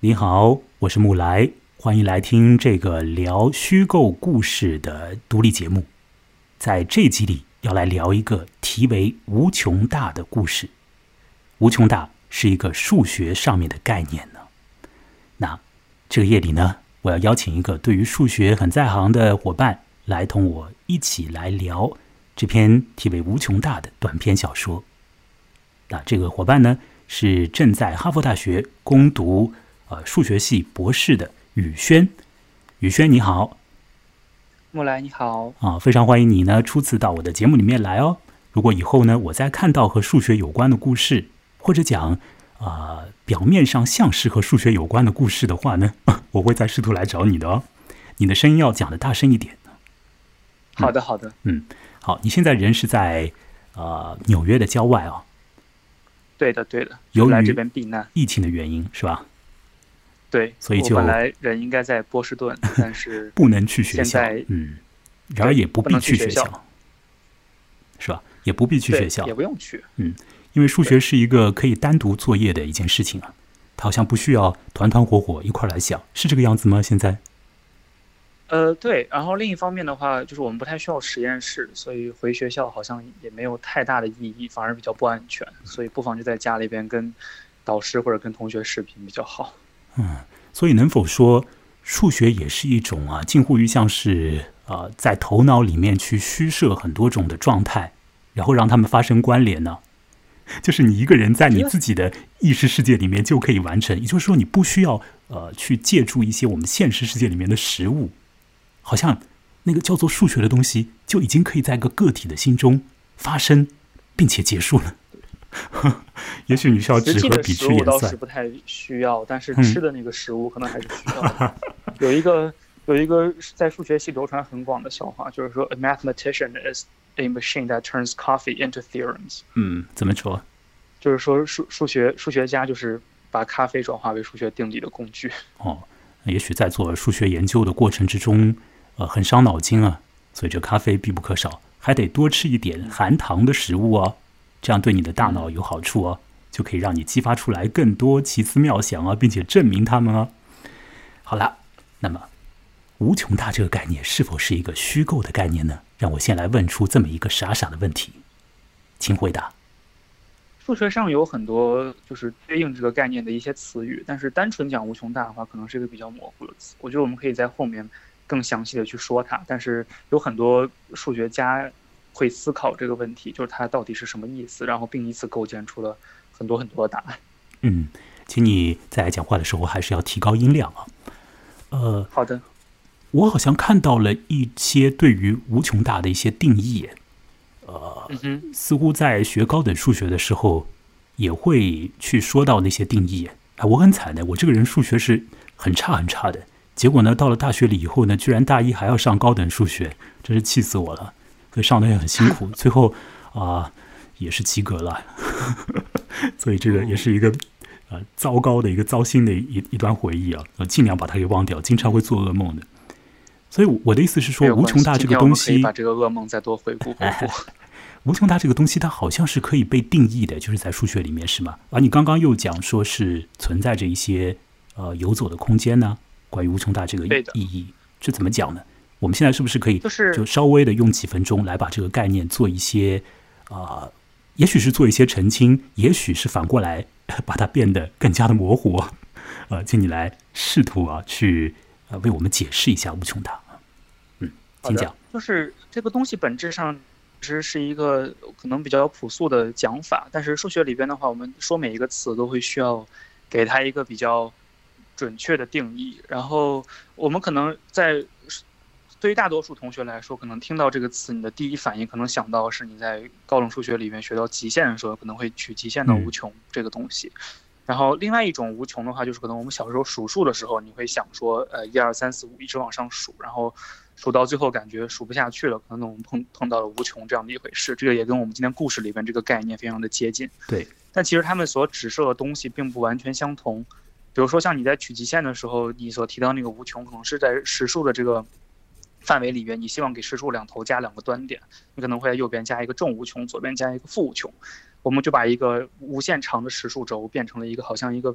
你好，我是木来，欢迎来听这个聊虚构故事的独立节目。在这集里，要来聊一个题为无穷大的故事。无穷大是一个数学上面的概念呢。那这个夜里呢，我要邀请一个对于数学很在行的伙伴来同我一起来聊这篇题为无穷大的短篇小说。那这个伙伴呢，是正在哈佛大学攻读数学系博士的宇轩。宇轩你好。 木来你好。 非常欢迎你呢初次到我的节目里面来哦。如果以后呢我再看到和数学有关的故事，或者讲表面上像是和数学有关的故事的话呢，我会再试图来找你的哦。你的声音要讲得大声一点。 好的好的。 好，你现在人是在纽约的郊外哦。 对的对的， 由于来这边避难， 疫情的原因是吧？ 对， 所以就我本来人应该在波士顿，但是不能去学校。 现在然而也不必去学校， 是吧？也不必去学校， 也不用去。 因为数学是一个可以单独作业的一件事情啊，它好像不需要团团伙伙一块来想，是这个样子吗？现在？ 对。然后另一方面的话，就是我们不太需要实验室，所以回学校好像也没有太大的意义，反而比较不安全，所以不妨就在家里边跟导师或者跟同学视频比较好。 所以能否说数学也是一种近乎于像是在头脑里面去虚设很多种的状态，然后让它们发生关联呢？就是你一个人在你自己的意识世界里面就可以完成，也就是说你不需要去借助一些我们现实世界里面的实物，好像那个叫做数学的东西就已经可以在一个个体的心中发生并且结束了。也许你需要纸和笔去演算。 实际的食物倒是不太需要，但是吃的那个食物可能还是需要的。有一个在数学系流传很广的笑话，就是说 a mathematician is a machine that turns coffee into theorems。 怎么说？ 就是说数学家就是把咖啡转化为数学定理的工具。 也许在做数学研究的过程之中，很伤脑筋啊，所以这咖啡必不可少，还得多吃一点含糖的食物哦。这样对你的大脑有好处哦，就可以让你激发出来更多奇思妙想啊，并且证明它们哦。好了，那么无穷大这个概念是否是一个虚构的概念呢？让我先来问出这么一个傻傻的问题，请回答。 数学上有很多就是对应这个概念的一些词语，但是单纯讲无穷大的话，可能是一个比较模糊的词。我觉得我们可以在后面更详细的去说它，但是有很多数学家会思考这个问题，就是它到底是什么意思，然后并以此构建出了很多很多的答案。 请你在讲话的时候还是要提高音量啊。 好的。 我好像看到了一些对于无穷大的一些定义，似乎在学高等数学的时候也会去说到那些定义。我很惨的，我这个人数学是很差很差的，结果呢，到了大学里以后呢，居然大一还要上高等数学，真是气死我了。所以上的也很辛苦，最后也是及格了。所以这个也是一个糟糕的一个糟心的一段回忆啊，尽量把它给忘掉，经常会做噩梦的。所以我的意思是说，无穷大这个东西， 可以把这个噩梦再多回顾回顾。 无穷大这个东西，它好像是可以被定义的，就是在数学里面，是吗？而你刚刚又讲说是存在着一些游走的空间呢？关于无穷大这个意义，这怎么讲呢？我们现在是不是可以就稍微的用几分钟来把这个概念做一些也许是做一些澄清，也许是反过来把它变得更加的模糊。请你来试图去为我们解释一下无穷大。请讲。 就是这个东西本质上其实是一个可能比较朴素的讲法，但是数学里边的话，我们说每一个词都会需要给它一个比较准确的定义，然后我们可能对于大多数同学来说，可能听到这个词，你的第一反应可能想到是你在高等数学里面学到极限的时候，可能会取极限的无穷这个东西。然后另外一种无穷的话，就是可能我们小时候数数的时候，你会想说1、2、3、4、5一直往上数，然后数到最后感觉数不下去了，可能我们碰到了无穷这样的一回事。这个也跟我们今天故事里边这个概念非常的接近。 对， 但其实他们所指涉的东西并不完全相同。比如说像你在取极限的时候，你所提到那个无穷，可能是在实数的这个范围里边，你希望给实数两头加2个端点，你可能会在右边加一个正无穷，左边加一个负无穷。我们就把一个无限长的实数轴变成了一个好像一个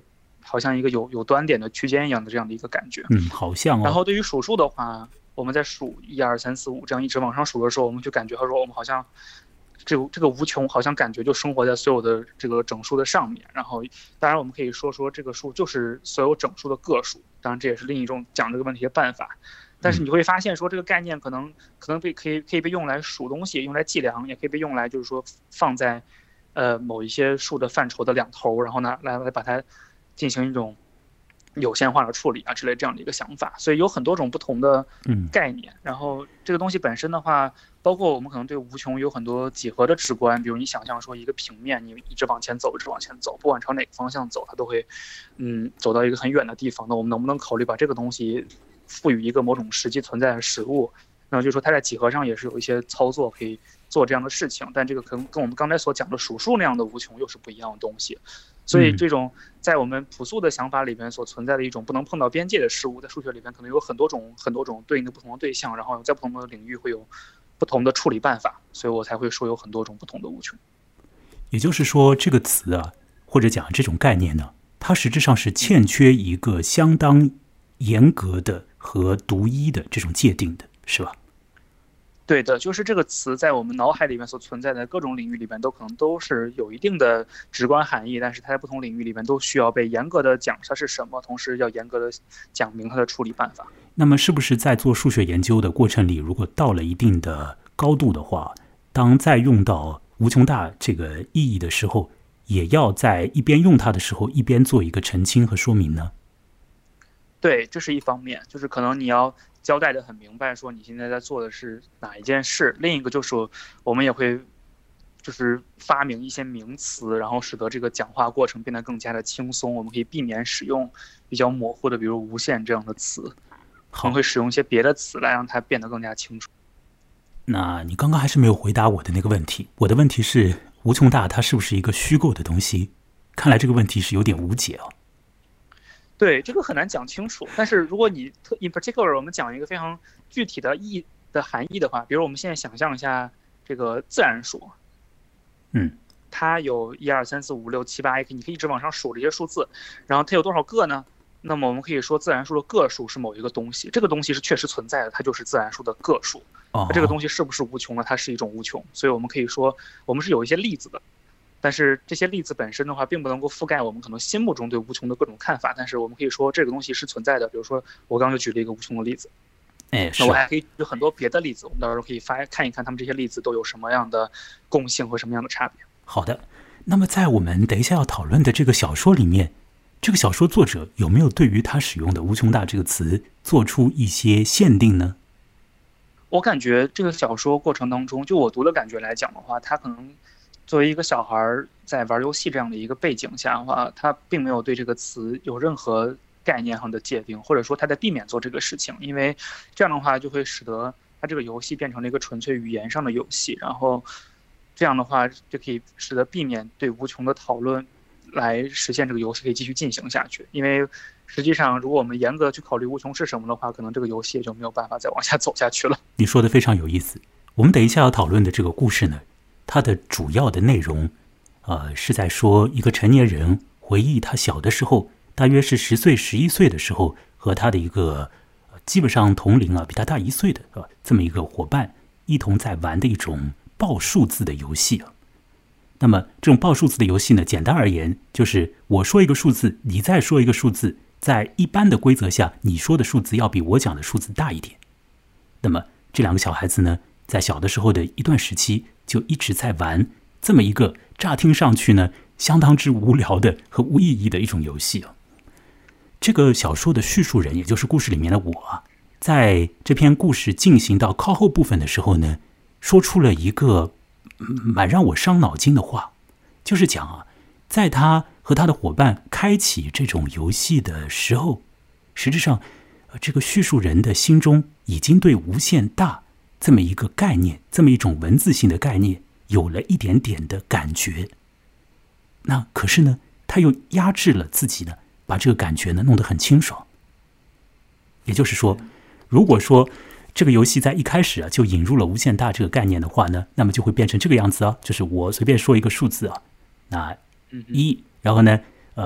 好像一个有端点的区间一样的这样的一个感觉。 好像哦。 然后对于数数的话，我们在数1、2、3、4、5这样一直往上数的时候，我们就感觉说我们好像这个无穷好像感觉就生活在所有的这个整数的上面。然后当然我们可以说这个数就是所有整数的个数，当然这也是另一种讲这个问题的办法。但是你会发现说这个概念可能可以被用来数东西，用来计量，也可以被用来就是说放在某一些数的范畴的两头，然后呢来把它进行一种有限化的处理啊之类这样的一个想法。所以有很多种不同的概念。然后这个东西本身的话，包括我们可能对无穷有很多几何的直观，比如你想象说一个平面，你一直往前走，一直往前走，不管朝哪个方向走，它都会走到一个很远的地方。那我们能不能考虑把这个东西赋予一个某种实际存在的实物？那就是说它在几何上也是有一些操作可以做这样的事情，但这个可能跟我们刚才所讲的数数那样的无穷又是不一样的东西。所以这种在我们朴素的想法里边所存在的一种不能碰到边界的事物，在数学里边可能有很多种对应的不同的对象，然后在不同的领域会有不同的处理办法，所以我才会说有很多种不同的无穷。 也就是说这个词啊，或者讲这种概念呢，它实质上是欠缺一个相当严格的和独一的这种界定的，是吧？ 对的，就是这个词在我们脑海里面所存在的各种领域里面都可能都是有一定的直观含义，但是它在不同领域里面都需要被严格的讲它是什么，同时要严格的讲明它的处理办法。 那么是不是在做数学研究的过程里，如果到了一定的高度的话，当再用到无穷大这个意义的时候，也要在一边用它的时候一边做一个澄清和说明呢？ 对，这是一方面，就是可能你要交代的很明白，说你现在在做的是哪一件事。另一个就是我们也会就是发明一些名词，然后使得这个讲话过程变得更加的轻松。我们可以避免使用比较模糊的比如无限这样的词，我们会使用一些别的词来让它变得更加清楚。 那你刚刚还是没有回答我的那个问题。我的问题是无穷大它是不是一个虚构的东西？看来这个问题是有点无解啊。 对，这个很难讲清楚。但是如果你in particular 我们讲一个非常具体的含义的话，比如我们现在想象一下这个自然数，它有1、2、3、4、5、6、7、8，你可以一直往上数这些数字，然后它有多少个呢？那么我们可以说自然数的个数是某一个东西，这个东西是确实存在的，它就是自然数的个数。这个东西是不是无穷呢？它是一种无穷，所以我们可以说我们是有一些例子的。但是这些例子本身的话，并不能够覆盖我们可能心目中对无穷的各种看法。但是我们可以说这个东西是存在的。比如说，我刚刚就举了一个无穷的例子，那我还可以举很多别的例子，我们到时候可以看一看他们这些例子都有什么样的共性和什么样的差别。 好的，那么在我们等一下要讨论的这个小说里面，这个小说作者有没有对于他使用的无穷大这个词做出一些限定呢？ 我感觉这个小说过程当中，就我读的感觉来讲的话，他可能作为一个小孩在玩游戏这样的一个背景下的话，他并没有对这个词有任何概念上的界定，或者说他在避免做这个事情，因为这样的话就会使得他这个游戏变成了一个纯粹语言上的游戏，然后这样的话就可以使得避免对无穷的讨论，来实现这个游戏可以继续进行下去。因为实际上如果我们严格去考虑无穷是什么的话，可能这个游戏也就没有办法再往下走下去了。 你说的非常有意思。我们等一下要讨论的这个故事呢，它的主要的内容是在说一个成年人回忆他小的时候，大约是10岁11岁的时候，和他的一个基本上同龄比他大1岁的这么一个伙伴一同在玩的一种报数字的游戏啊。那么这种报数字的游戏呢，简单而言就是我说一个数字，你再说一个数字，在一般的规则下，你说的数字要比我讲的数字大一点。那么这两个小孩子呢，在小的时候的一段时期就一直在玩这么一个乍听上去呢相当之无聊的和无意义的一种游戏啊。这个小说的叙述人，也就是故事里面的我在这篇故事进行到靠后部分的时候呢，说出了一个蛮让我伤脑筋的话，就是讲在他和他的伙伴开启这种游戏的时候，实质上这个叙述人的心中已经对无限大这么一个概念，这么一种文字性的概念有了一点点的感觉。那可是呢，他又压制了自己呢，把这个感觉呢弄得很清爽。也就是说，如果说这个游戏在一开始就引入了无限大这个概念的话呢，那么就会变成这个样子就是我随便说一个数字那1，然后呢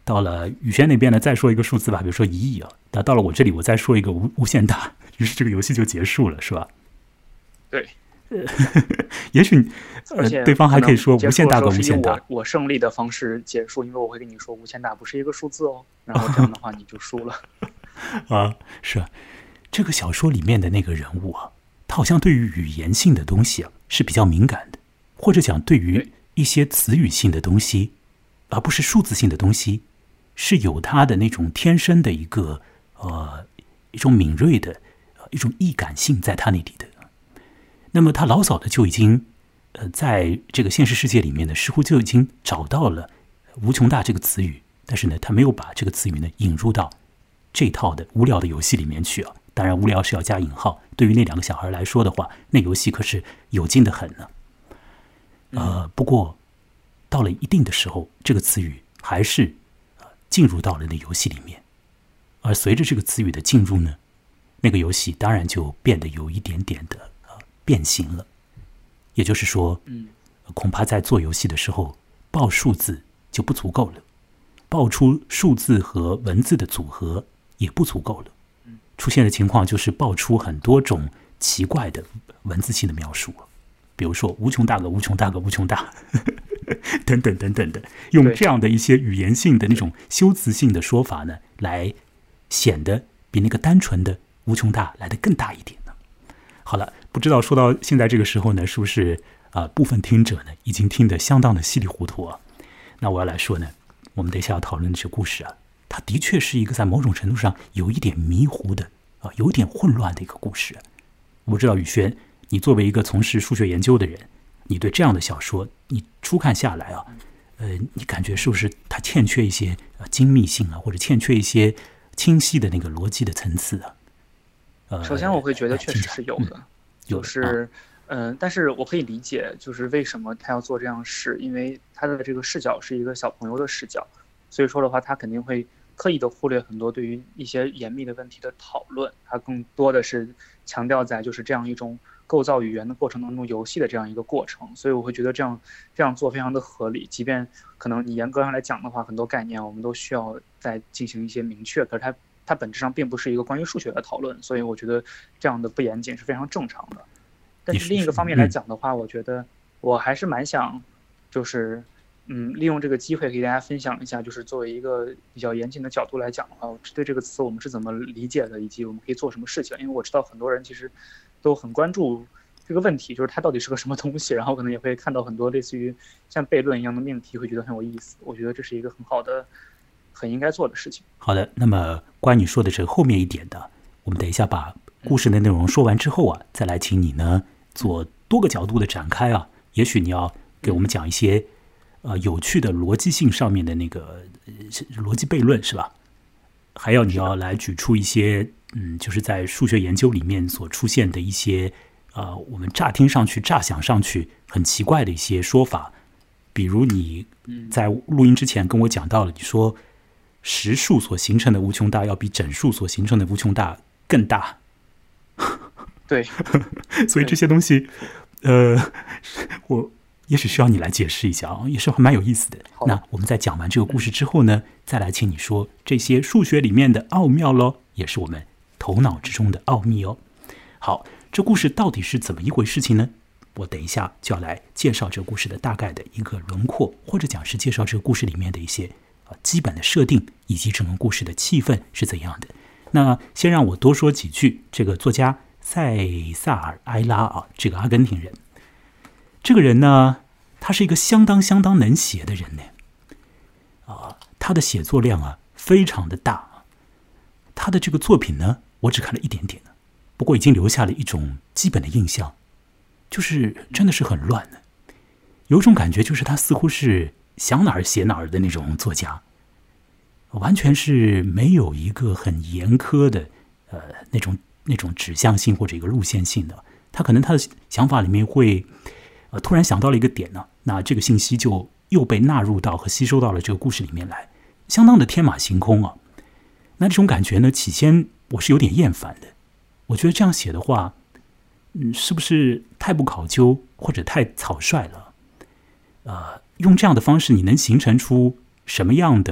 到了宇轩那边呢，再说一个数字吧，比如说1亿啊。那到了我这里，我再说一个无限大，于是这个游戏就结束了，是吧？ 对。 也许对方还可以说无限大跟无限大。 我胜利的方式结束，因为我会跟你说无限大不是一个数字哦，然后这样的话你就输了。 啊，是啊，这个小说里面的那个人物啊，他好像对于语言性的东西啊是比较敏感的，或者讲对于一些词语性的东西，而不是数字性的东西，是有他的那种天生的一个一种敏锐的一种易感性在他那里的。那么他老早的就已经在这个现实世界里面呢，似乎就已经找到了无穷大这个词语，但是呢，他没有把这个词语呢引入到这套的无聊的游戏里面去啊。当然，无聊是要加引号。对于那2个小孩来说的话，那游戏可是有劲的很呢。不过到了一定的时候，这个词语还是进入到了那游戏里面。而随着这个词语的进入呢，那个游戏当然就变得有一点点的变形了。也就是说，恐怕在做游戏的时候，报数字就不足够了，报出数字和文字的组合也不足够了。出现的情况就是爆出很多种奇怪的文字性的描述，比如说无穷大个无穷大个无穷大等等等等的，用这样的一些语言性的那种修辞性的说法呢，来显得比那个单纯的无穷大来得更大一点呢。好了，不知道说到现在这个时候呢，是不是部分听者呢已经听得相当的稀里糊涂啊？那我要来说呢，我们等一下要讨论的这个故事啊，它的确是一个在某种程度上有一点迷糊的有点混乱的一个故事。我不知道宇轩，你作为一个从事数学研究的人，你对这样的小说，你初看下来啊，你感觉是不是它欠缺一些精密性啊，或者欠缺一些清晰的那个逻辑的层次啊？ 首先我会觉得确实是有的，就是但是我可以理解，就是为什么他要做这样事，因为他的这个视角是一个小朋友的视角，所以说的话，他肯定会刻意的忽略很多对于一些严密的问题的讨论，他更多的是强调在就是这样一种构造语言的过程当中游戏的这样一个过程，所以我会觉得这样做非常的合理，即便可能你严格上来讲的话，很多概念我们都需要再进行一些明确，可是它本质上并不是一个关于数学的讨论，所以我觉得这样的不严谨是非常正常的。但是另一个方面来讲的话，我觉得我还是蛮想就是利用这个机会给大家分享一下，就是作为一个比较严谨的角度来讲的话，对这个词我们是怎么理解的，以及我们可以做什么事情。因为我知道很多人其实都很关注这个问题，就是它到底是个什么东西，然后可能也会看到很多类似于像悖论一样的命题，会觉得很有意思。我觉得这是一个很好的、很应该做的事情。 好的，那么关于你说的这个后面一点的，我们等一下把故事的内容说完之后啊，再来请你呢做多个角度的展开啊。也许你要给我们讲一些有趣的逻辑性上面的那个逻辑悖论是吧？还要你要来举出一些就是在数学研究里面所出现的一些我们乍听上去、乍想上去很奇怪的一些说法。比如你在录音之前跟我讲到了，你说实数所形成的无穷大要比整数所形成的无穷大更大。 对， 所以这些东西我也许需要你来解释一下啊，也是蛮有意思的。那我们在讲完这个故事之后呢，再来请你说这些数学里面的奥妙咯，也是我们头脑之中的奥秘哦。好，这故事到底是怎么一回事情呢？我等一下就要来介绍这个故事的大概的一个轮廓，或者讲是介绍这个故事里面的一些基本的设定，以及整个故事的气氛是怎样的。那先让我多说几句这个作家塞萨尔埃拉啊，这个阿根廷人。这个人呢，他是一个相当能写的人呢。他的写作量非常的大。他的这个作品呢，我只看了一点点，不过已经留下了一种基本的印象，就是真的是很乱的。有种感觉就是他似乎是想哪儿写哪儿的那种作家，完全是没有一个很严苛的那种指向性或者一个路线性的。他可能他的想法里面会突然想到了一个点呢，那这个信息就又被纳入到和吸收到了这个故事里面来，相当的天马行空啊。那这种感觉呢，起先我是有点厌烦的。我觉得这样写的话，是不是太不考究或者太草率了？用这样的方式，你能形成出什么样的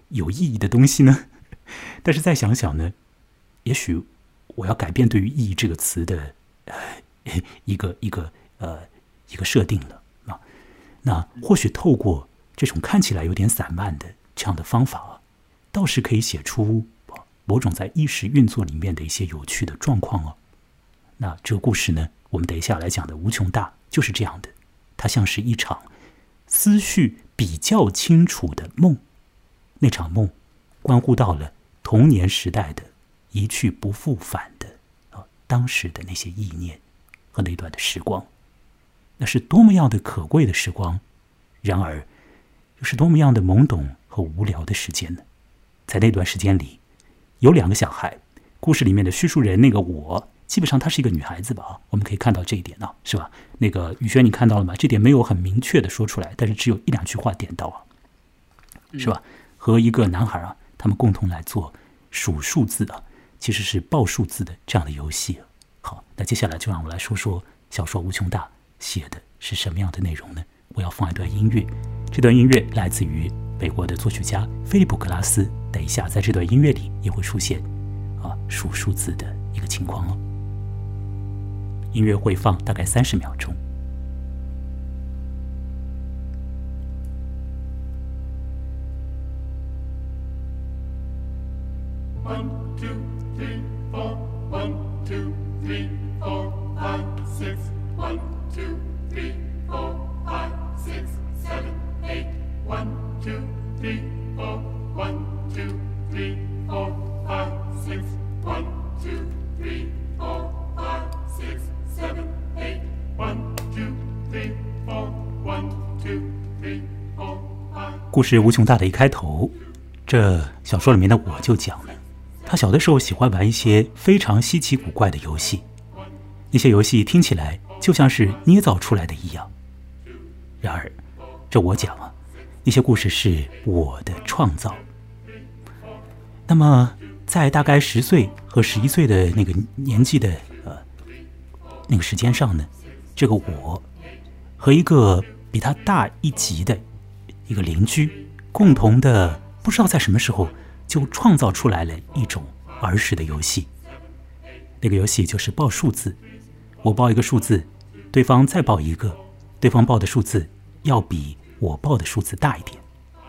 有意义的东西呢？但是再想想呢，也许我要改变对于意义这个词的一个设定了啊。那或许透过这种看起来有点散漫的这样的方法啊，倒是可以写出某种在意识运作里面的一些有趣的状况哦。那这个故事呢，我们等一下来讲的无穷大就是这样的，它像是一场思绪比较清楚的梦，那场梦关乎到了童年时代的一去不复返的当时的那些意念和那段的时光，那是多么样的可贵的时光，然而又是多么样的懵懂和无聊的时间呢？在那段时间里，有2个小孩，故事里面的叙述人那个我，基本上她是一个女孩子吧，我们可以看到这一点啊，是吧？那个宇轩你看到了吗？这点没有很明确的说出来，但是只有1-2句话点到啊，是吧？和一个男孩啊，他们共同来做数数字啊，其实是报数字的这样的游戏。好，那接下来就让我来说说小说《无穷大》写的是什么样的内容呢？我要放一段音乐，这段音乐来自于美国的作曲家菲利普·格拉斯。等一下，在这段音乐里也会出现数数字的一个情况哦。音乐会放大概30秒钟。1, 2, 3, 4 1, 2, 3, 4, 5, 6 1, 2, 3, 4, 5, 6 7, 8 1, 2, 3, 4 1, 2, 3, 4 5, 6 1, 2, 3, 4 5, 6 7, 8 1, 2, 3, 4 1, 2, 3, 4 5。故事无穷大的一开头，这小说里面的我就讲了，他小的时候喜欢玩一些非常稀奇古怪的游戏，那些游戏听起来就像是捏造出来的一样。然而，这我讲啊，那些故事是我的创造。那么，在大概10岁和11岁的那个年纪的那个时间上呢，这个我和一个比他大1级的一个邻居，共同的不知道在什么时候就创造出来了一种儿时的游戏。那个游戏就是报数字，我报一个数字，对方再报一个，对方报的数字要比我报的数字大一点。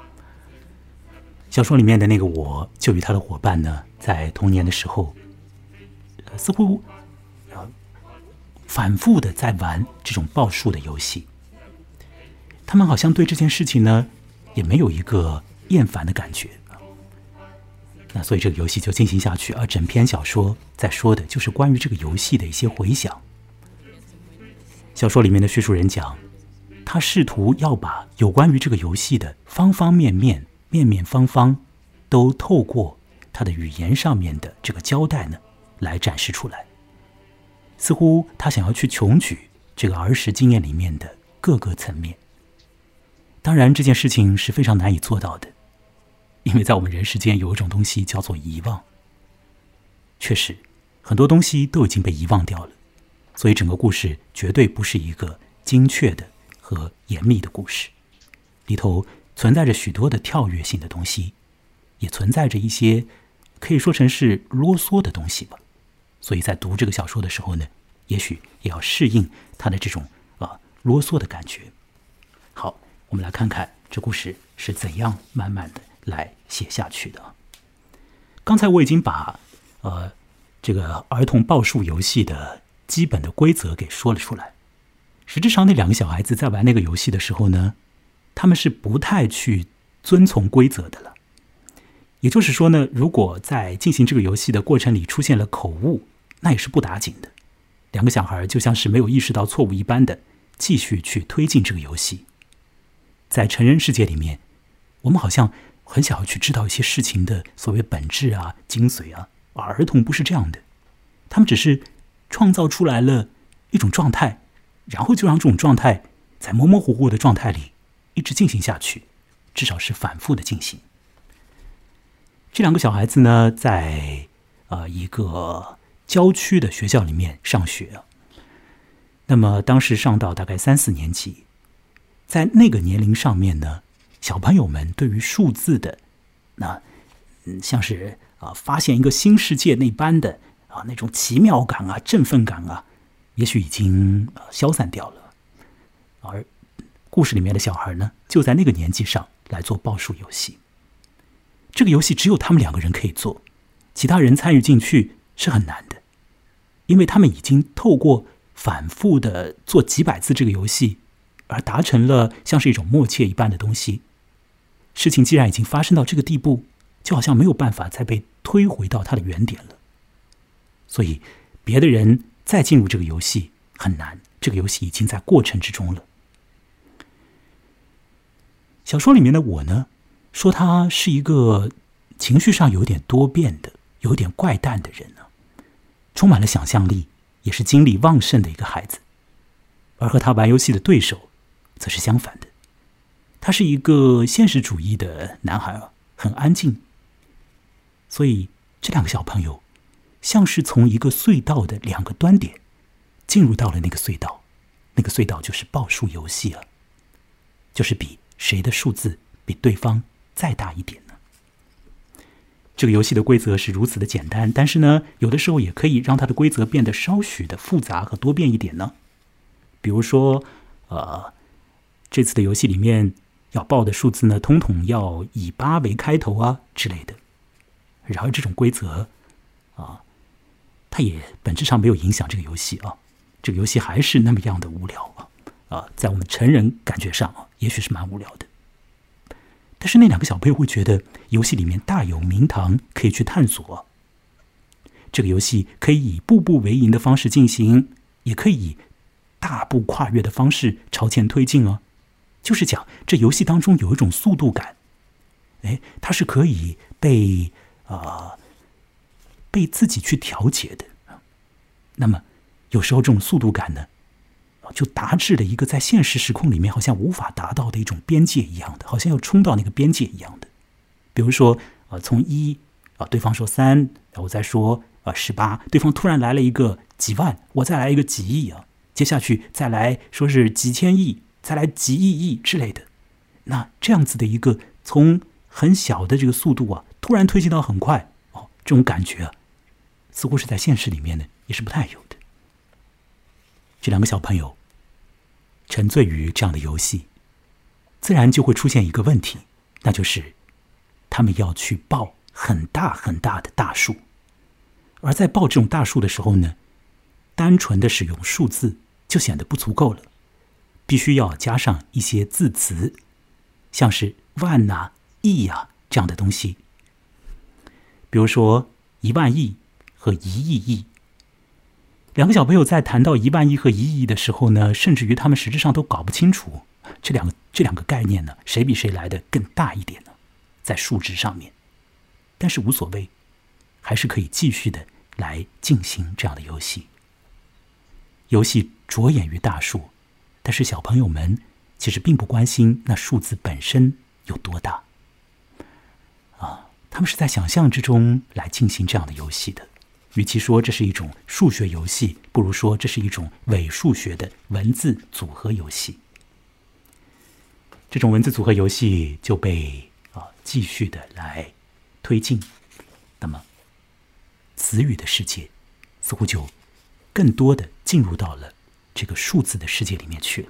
小说里面的那个我就与他的伙伴呢，在童年的时候似乎反复的在玩这种报数的游戏。他们好像对这件事情呢也没有一个厌烦的感觉。那所以这个游戏就进行下去，而整篇小说在说的就是关于这个游戏的一些回想。小说里面的叙述人讲，他试图要把有关于这个游戏的方方面面、面面方方都透过他的语言上面的这个交代呢来展示出来，似乎他想要去穷举这个儿时经验里面的各个层面。当然这件事情是非常难以做到的，因为在我们人世间有一种东西叫做遗忘。确实很多东西都已经被遗忘掉了，所以整个故事绝对不是一个精确的和严密的故事，里头存在着许多的跳跃性的东西，也存在着一些可以说成是啰嗦的东西吧。所以在读这个小说的时候呢，也许也要适应它的这种啰嗦的感觉。好，我们来看看这故事是怎样慢慢的来写下去的。刚才我已经把这个儿童报数游戏的基本的规则给说了出来。实质上那2个小孩子在玩那个游戏的时候呢，他们是不太去遵从规则的了。也就是说呢，如果在进行这个游戏的过程里出现了口误，那也是不打紧的。2个小孩就像是没有意识到错误一般的继续去推进这个游戏。在成人世界里面，我们好像很想要去知道一些事情的所谓本质啊、精髓啊，而儿童不是这样的，他们只是创造出来了一种状态，然后就让这种状态在模模糊糊的状态里一直进行下去，至少是反复的进行。这2个小孩子呢，在一个郊区的学校里面上学。那么当时上到大概3、4年级，在那个年龄上面呢，小朋友们对于数字的那像是发现一个新世界那般的那种奇妙感啊、振奋感啊，也许已经消散掉了。而故事里面的小孩呢，就在那个年纪上来做报数游戏。这个游戏只有他们2个人可以做，其他人参与进去是很难的，因为他们已经透过反复的做几百次这个游戏，而达成了像是一种默契一般的东西。事情既然已经发生到这个地步，就好像没有办法再被推回到它的原点了。所以别的人再进入这个游戏很难，这个游戏已经在过程之中了。小说里面的我呢，说他是一个情绪上有点多变的、有点怪诞的人呢，充满了想象力，也是精力旺盛的一个孩子。而和他玩游戏的对手则是相反的，他是一个现实主义的男孩啊，很安静。所以这2个小朋友像是从一个隧道的2个端点进入到了那个隧道，那个隧道就是报数游戏啊，就是比谁的数字比对方再大一点呢？这个游戏的规则是如此的简单，但是呢，有的时候也可以让它的规则变得稍许的复杂和多变一点呢。比如说，这次的游戏里面要报的数字呢，统统要以8为开头啊之类的。然而这种规则它也本质上没有影响这个游戏啊，这个游戏还是那么样的无聊在我们成人感觉上也许是蛮无聊的。但是那2个小朋友会觉得游戏里面大有名堂可以去探索。这个游戏可以以步步为营的方式进行，也可以以大步跨越的方式朝前推进哦。就是讲这游戏当中有一种速度感，它是可以被自己去调节的。那么有时候这种速度感呢，就达至了一个在现实时空里面好像无法达到的一种边界一样的，好像要冲到那个边界一样的。比如说从1对方说3，我再说18，对方突然来了一个几万，我再来一个几亿接下去再来说是几千亿，再来几亿之类的。那这样子的一个从很小的这个速度突然推进到很快这种感觉似乎是在现实里面呢也是不太有的。这2个小朋友沉醉于这样的游戏，自然就会出现一个问题，那就是他们要去报很大很大的大数。而在报这种大数的时候呢，单纯的使用数字就显得不足够了，必须要加上一些字词，像是万亿这样的东西。比如说1万亿和1亿亿。2个小朋友在谈到1万亿和1亿亿的时候呢，甚至于他们实质上都搞不清楚这两个概念呢，谁比谁来的更大一点呢？在数值上面。但是无所谓，还是可以继续的来进行这样的游戏。游戏着眼于大数，但是小朋友们其实并不关心那数字本身有多大他们是在想象之中来进行这样的游戏的。与其说这是一种数学游戏，不如说这是一种伪数学的文字组合游戏。这种文字组合游戏就被继续的来推进，那么词语的世界似乎就更多的进入到了这个数字的世界里面去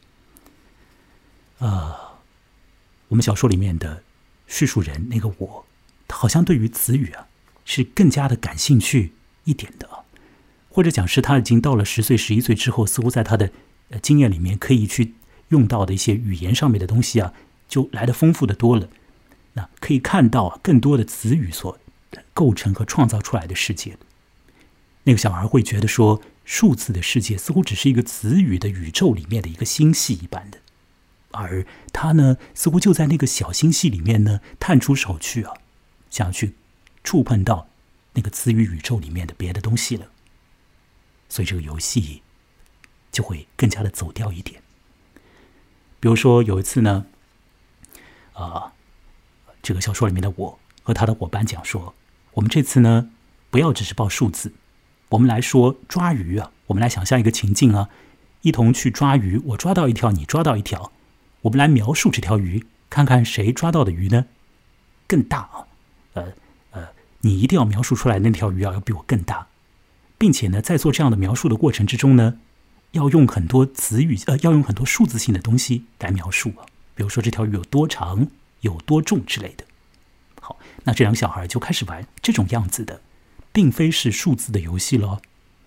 了。我们小说里面的叙述人那个我，他好像对于词语是更加的感兴趣一点的或者讲是他已经到了10岁11岁之后，似乎在他的经验里面可以去用到的一些语言上面的东西就来得丰富的多了。那可以看到更多的词语所构成和创造出来的世界。那个小孩会觉得说，数字的世界似乎只是一个词语的宇宙里面的一个星系一般的，而他呢，似乎就在那个小星系里面呢，探出手去想要去触碰到那个词语宇宙里面的别的东西了。所以这个游戏就会更加的走掉一点。比如说有一次呢，这个小说里面的我和他的伙伴讲说，我们这次呢不要只是报数字，我们来说抓鱼我们来想象一个情境一同去抓鱼，我抓到一条，你抓到一条，我们来描述这条鱼，看看谁抓到的鱼呢更大啊，你一定要描述出来那条鱼要比我更大，并且呢，在做这样的描述的过程之中呢，要用很多词语，要用很多数字性的东西来描述啊，比如说这条鱼有多长、有多重之类的。好，那这两个小孩就开始玩这种样子的，并非是数字的游戏咯。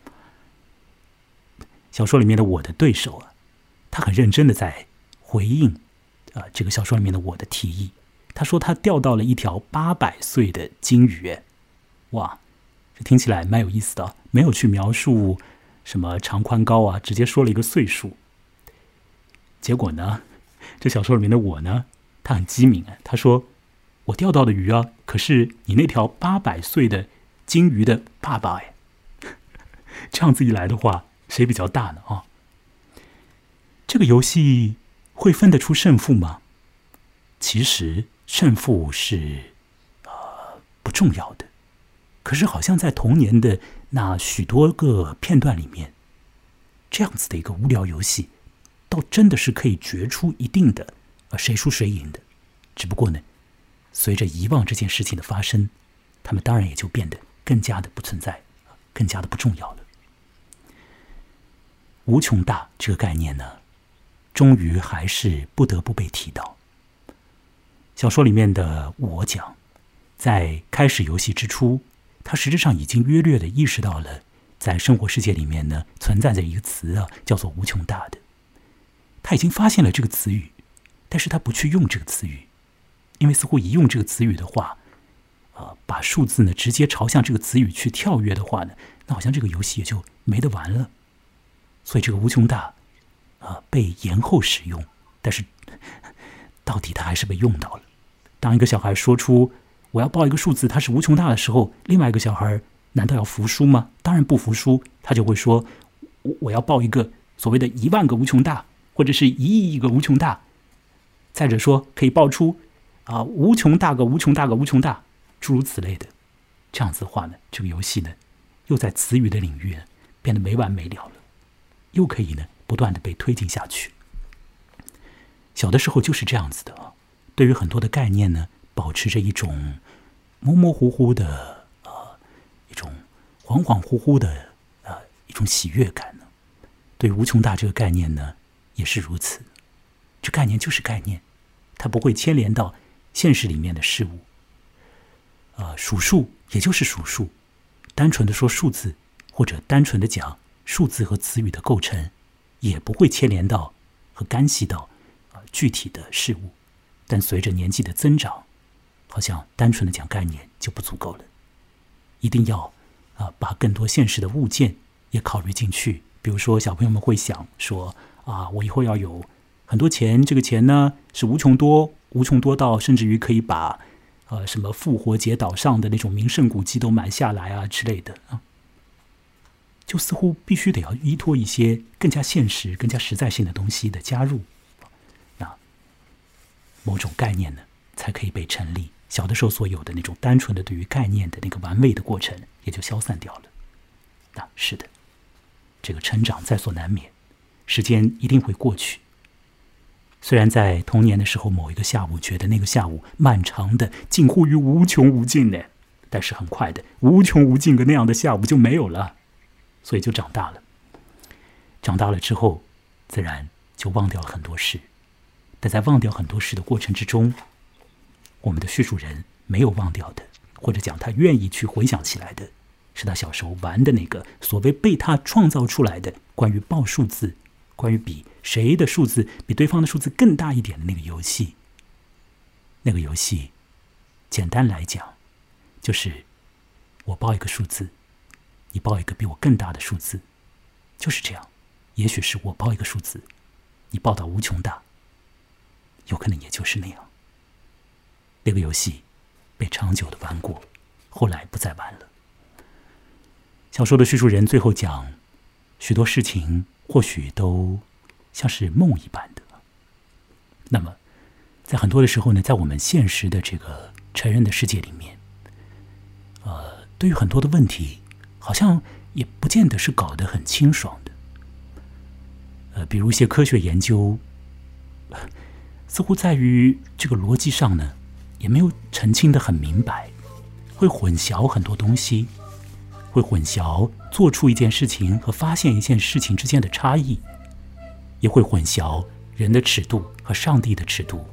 小说里面的我的对手啊，他很认真的在回应这个小说里面的我的提议。他说他钓到了一条800岁的金鱼，哇，这听起来蛮有意思的，没有去描述什么长宽高啊，直接说了一个岁数。结果呢，这小说里面的我呢，他很机敏啊，他说我钓到的鱼啊，可是你那条800岁的金鱼的爸爸哎。这样子一来的话，谁比较大呢啊？这个游戏会分得出胜负吗？其实胜负是不重要的，可是好像在童年的那许多个片段里面，这样子的一个无聊游戏，倒真的是可以决出一定的谁输谁赢的。只不过呢，随着遗忘这件事情的发生，他们当然也就变得更加的不存在，更加的不重要了。无穷大这个概念呢，终于还是不得不被提到。小说里面的我讲，在开始游戏之初，他实质上已经约略的意识到了，在生活世界里面呢，存在着一个词啊，叫做无穷大的。他已经发现了这个词语，但是他不去用这个词语，因为似乎一用这个词语的话，把数字呢直接朝向这个词语去跳跃的话呢，那好像这个游戏也就没得玩了。所以这个无穷大被延后使用，但是到底它还是被用到了。当一个小孩说出我要报一个数字它是无穷大的时候，另外一个小孩难道要服输吗？当然不服输，他就会说我要报一个所谓的10000个无穷大，或者是1亿个无穷大。再者说可以报出无穷大个无穷大个无穷大，诸如此类的。这样子的话呢，这个游戏呢又在词语的领域变得没完没了了，又可以呢不断的被推进下去。小的时候就是这样子的对于很多的概念呢，保持着一种模模糊糊的一种恍恍惚惚的一种喜悦感呢。对于无穷大这个概念呢，也是如此。这概念就是概念，它不会牵连到现实里面的事物。数数也就是数数，单纯的说数字，或者单纯的讲数字和词语的构成，也不会牵连到和干系到具体的事物。但随着年纪的增长，好像单纯的讲概念就不足够了，一定要把更多现实的物件也考虑进去。比如说小朋友们会想说我以后要有很多钱，这个钱呢是无穷多，无穷多到甚至于可以把什么复活节岛上的那种名胜古迹都买下来之类的就似乎必须得要依托一些更加现实、更加实在性的东西的加入，那某种概念呢才可以被成立。小的时候所有的那种单纯的对于概念的那个玩味的过程也就消散掉了。是的，这个成长在所难免，时间一定会过去。虽然在童年的时候某一个下午觉得那个下午漫长的近乎于无穷无尽呢，但是很快的无穷无尽个那样的下午就没有了，所以就长大了。长大了之后自然就忘掉了很多事，但在忘掉很多事的过程之中，我们的叙述人没有忘掉的，或者讲他愿意去回想起来的，是他小时候玩的那个所谓被他创造出来的关于报数字，关于比谁的数字比对方的数字更大一点的那个游戏。那个游戏简单来讲就是我报一个数字，你报一个比我更大的数字，就是这样。也许是我报一个数字，你报到无穷大，有可能也就是那样。那个游戏被长久的玩过，后来不再玩了。小说的叙述人最后讲，许多事情或许都像是梦一般的。那么在很多的时候呢，在我们现实的这个成人的世界里面，对于很多的问题好像也不见得是搞得很清爽的。比如一些科学研究似乎在于这个逻辑上呢也没有澄清得很明白，会混淆很多东西，会混淆做出一件事情和发现一件事情之间的差异，也会混淆人的尺度和上帝的尺度。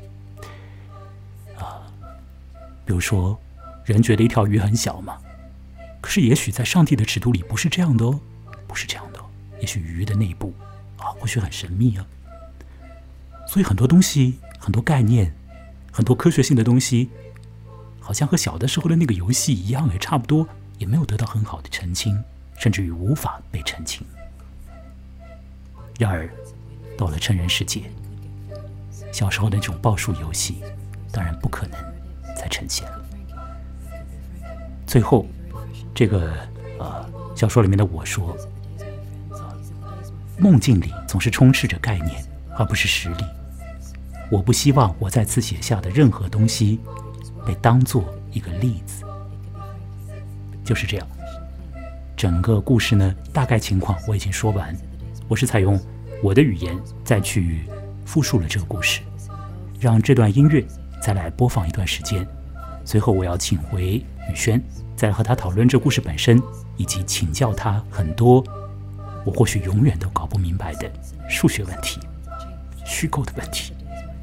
比如说，人觉得一条鱼很小嘛，可是也许在上帝的尺度里不是这样的哦，不是这样的哦。也许鱼的内部或许很神秘啊。所以很多东西，很多概念，很多科学性的东西，好像和小的时候的那个游戏一样，也差不多，也没有得到很好的澄清，甚至于无法被澄清。然而，到了成人世界，小时候的那种报数游戏，当然不可能再呈现了。最后，这个小说里面的我说，梦境里总是充斥着概念，而不是实例。我不希望我再次写下的任何东西被当作一个例子。就是这样，整个故事呢，大概情况我已经说完，我是采用我的语言再去复述了这个故事，让这段音乐再来播放一段时间。随后我要请回宇轩，再和他讨论这故事本身，以及请教他很多我或许永远都搞不明白的数学问题、虚构的问题。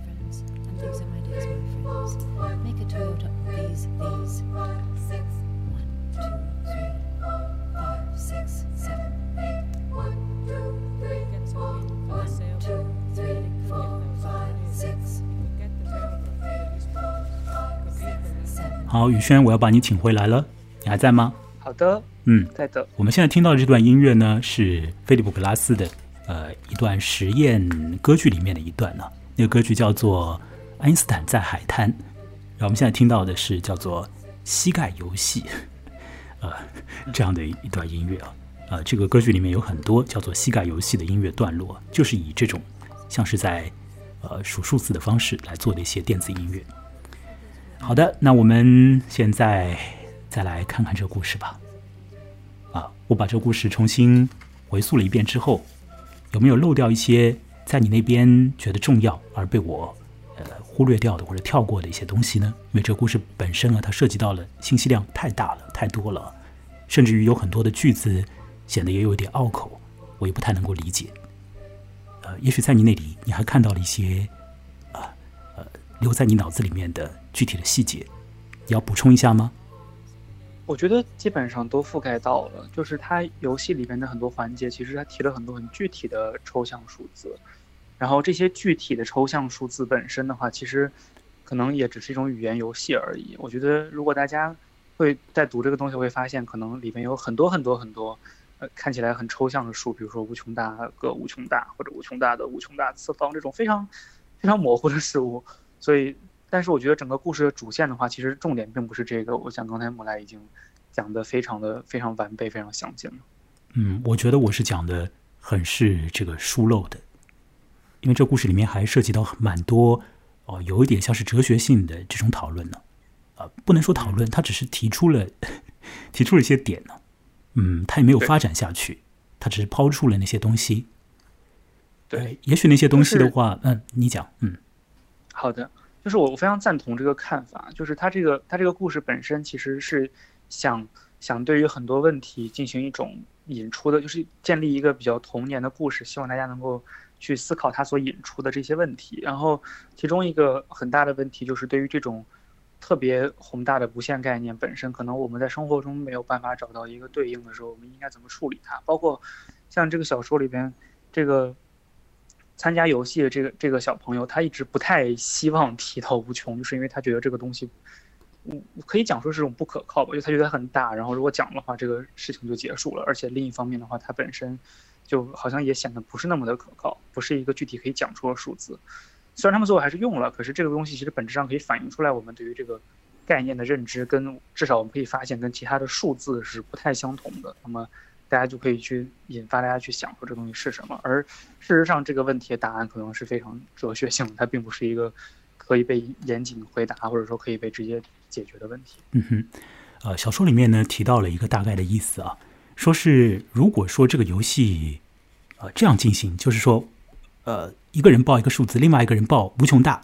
好，宇轩，我要把你请回来了，你还在吗？ 好的，在的。我们现在听到的这段音乐呢，是菲利普·格拉斯的一段实验歌剧里面的一段呢。那个歌剧叫做《爱因斯坦在海滩》，然后我们现在听到的是叫做《膝盖游戏》这样的一段音乐啊。这个歌剧里面有很多叫做膝盖游戏的音乐段落，就是以这种像是在数数字的方式来做的一些电子音乐。好的，那我们现在再来看看这个故事吧。我把这个故事重新回溯了一遍之后，有没有漏掉一些在你那边觉得重要而被我忽略掉的或者跳过的一些东西呢？因为这个故事本身它涉及到了信息量太大了，太多了，甚至于有很多的句子显得也有一点拗口，我也不太能够理解。也许在你那里你还看到了一些留在你脑子里面的具体的细节，你要补充一下吗？ 我觉得基本上都覆盖到了，就是它游戏里面的很多环节，其实它提了很多很具体的抽象数字，然后这些具体的抽象数字本身的话，其实可能也只是一种语言游戏而已。我觉得如果大家会在读这个东西，会发现可能里面有很多很多很多看起来很抽象的数，比如说无穷大个无穷大，或者无穷大的无穷大次方，这种非常非常模糊的事物。所以但是我觉得整个故事的主线的话，其实重点并不是这个，我想刚才莫莱已经讲得非常完备，非常详尽了。 我觉得我是讲的很是这个疏漏的，因为这故事里面还涉及到蛮多有一点像是哲学性的这种讨论呢。不能说讨论，他只是提出了一些点呢。他也没有发展下去，他只是抛出了那些东西。 对， 也许那些东西的话，你讲。 好的。就是我非常赞同这个看法，就是他这个故事本身其实是想对于很多问题进行一种引出的，就是建立一个比较童年的故事，希望大家能够去思考他所引出的这些问题。然后其中一个很大的问题就是对于这种特别宏大的无限概念本身，可能我们在生活中没有办法找到一个对应的时候，我们应该怎么处理它？包括像这个小说里边这个参加游戏的这个小朋友，他一直不太希望提到无穷，就是因为他觉得这个东西，可以讲说是种不可靠吧，就他觉得很大，然后如果讲的话，这个事情就结束了。而且另一方面的话，它本身就好像也显得不是那么的可靠，不是一个具体可以讲出的数字。虽然他们最后还是用了，可是这个东西其实本质上可以反映出来我们对于这个概念的认知，跟至少我们可以发现跟其他的数字是不太相同的。那么大家就可以去引发大家去想说这东西是什么，而事实上这个问题的答案可能是非常哲学性的，它并不是一个可以被严谨回答或者说可以被直接解决的问题。 小说里面呢提到了一个大概的意思啊，说是如果说这个游戏这样进行，就是说一个人报一个数字，另外一个人报无穷大，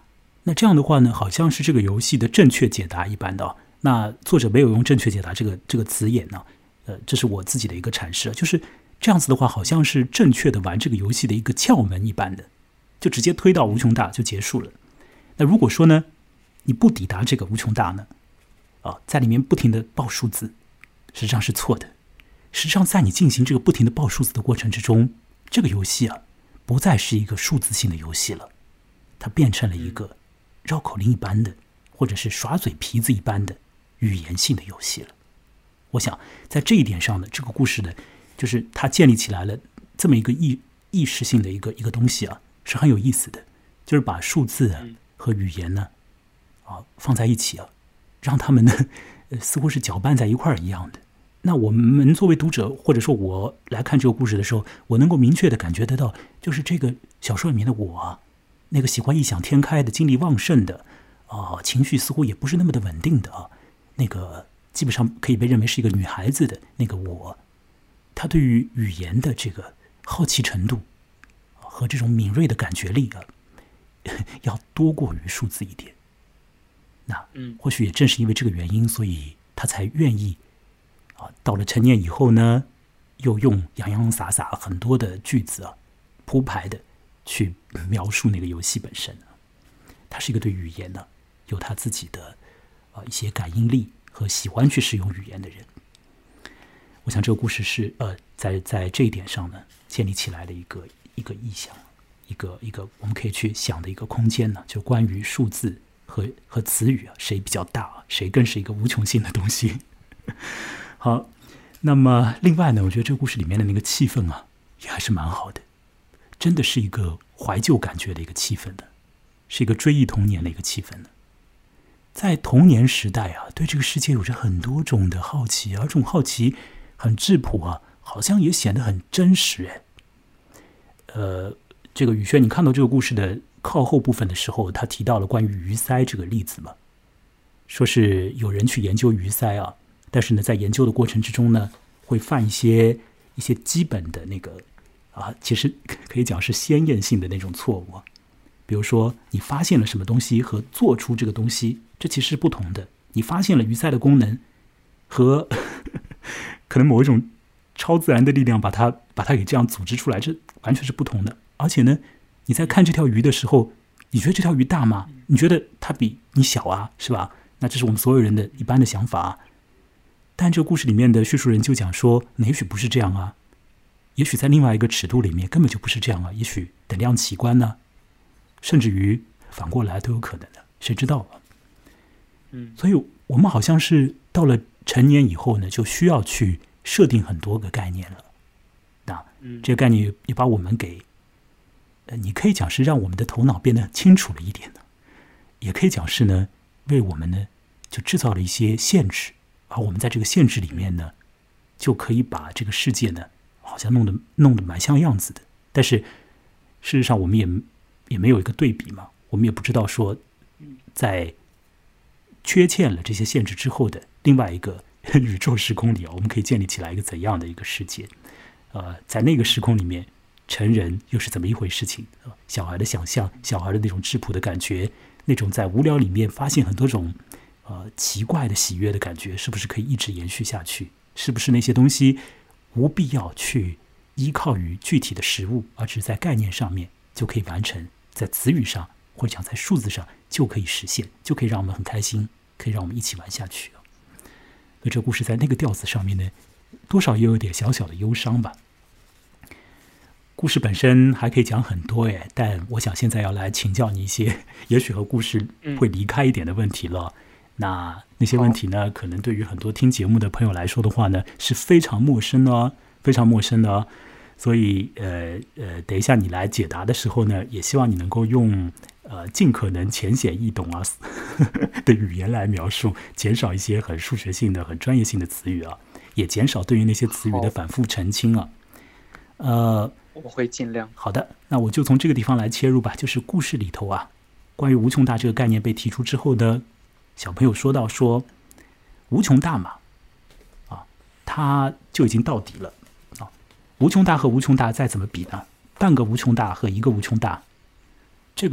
那这样的话呢，好像是这个游戏的正确解答一般的。那作者没有用正确解答这个词眼呢，这是我自己的一个阐释，就是这样子的话，好像是正确的玩这个游戏的一个窍门一般的，就直接推到无穷大就结束了。那如果说呢，你不抵达这个无穷大呢，在里面不停的报数字，实际上是错的。实际上，在你进行这个不停的报数字的过程之中，这个游戏不再是一个数字性的游戏了，它变成了一个绕口令一般的，或者是耍嘴皮子一般的语言性的游戏了。我想在这一点上呢，这个故事的，就是它建立起来了这么一个意识性的一个东西是很有意思的，就是把数字和语言呢放在一起让他们呢似乎是搅拌在一块儿一样的。那我们作为读者，或者说我来看这个故事的时候，我能够明确的感觉得到，就是这个小说里面的我那个喜欢异想天开的、精力旺盛的情绪似乎也不是那么的稳定的那个基本上可以被认为是一个女孩子的那个我，她对于语言的这个好奇程度和这种敏锐的感觉力要多过于数字一点。那或许也正是因为这个原因，所以她才愿意到了成年以后呢，又用洋洋洒洒很多的句子铺排的去描述那个游戏本身。他是一个对语言呢有他自己的一些感应力和喜欢去使用语言的人。我想这个故事是在这一点上呢建立起来的一个意象，一个我们可以去想的一个空间呢，就关于数字和词语谁比较大，谁更是一个无穷性的东西。好，那么另外呢，我觉得这个故事里面的那个气氛也还是蛮好的，真的是一个怀旧感觉的一个气氛的，是一个追忆童年的一个气氛的。在童年时代对这个世界有着很多种的好奇，而这种好奇很质朴好像也显得很真实这个宇轩，你看到这个故事的靠后部分的时候，他提到了关于鱼鳃这个例子嘛，说是有人去研究鱼鳃但是呢，在研究的过程之中呢，会犯一些基本的那个其实可以讲是先验性的那种错误比如说，你发现了什么东西和做出这个东西，这其实是不同的。你发现了鱼鳃的功能，和可能某一种超自然的力量把它给这样组织出来，这完全是不同的。而且呢，你在看这条鱼的时候，你觉得这条鱼大吗？你觉得它比你小是吧？那这是我们所有人的一般的想法但这个故事里面的叙述人就讲说，也许不是这样也许在另外一个尺度里面根本就不是这样也许等量齐观呢，甚至于反过来都有可能的，谁知道所以我们好像是到了成年以后呢，就需要去设定很多个概念了。那这个概念也把我们给你可以讲是让我们的头脑变得清楚了一点也可以讲是呢，为我们呢就制造了一些限制，而我们在这个限制里面呢，就可以把这个世界呢，好像弄得蛮像样子的。但是事实上，我们也没有一个对比嘛，我们也不知道说，在缺欠了这些限制之后的另外一个宇宙时空里我们可以建立起来一个怎样的一个世界？在那个时空里面，成人又是怎么一回事情？小孩的想象，小孩的那种质朴的感觉，那种在无聊里面发现很多种奇怪的喜悦的感觉，是不是可以一直延续下去？是不是那些东西无必要去依靠于具体的实物，而只是在概念上面就可以完成，在词语上或者讲在数字上就可以实现，就可以让我们很开心，可以让我们一起玩下去所以这个故事在那个调子上面呢，多少也有点小小的忧伤吧。故事本身还可以讲很多但我想现在要来请教你一些也许和故事会离开一点的问题了。那些问题呢，可能对于很多听节目的朋友来说的话呢，是非常陌生的非常陌生的所以等一下你来解答的时候呢，也希望你能够用尽可能浅显易懂的语言来描述，减少一些很数学性的、很专业性的词语也减少对于那些词语的反复澄清我会尽量。 好的，那我就从这个地方来切入吧。就是故事里头关于无穷大这个概念被提出之后呢，小朋友说到说无穷大嘛它就已经到底了无穷大和无穷大再怎么比呢？半个无穷大和一个无穷大，这个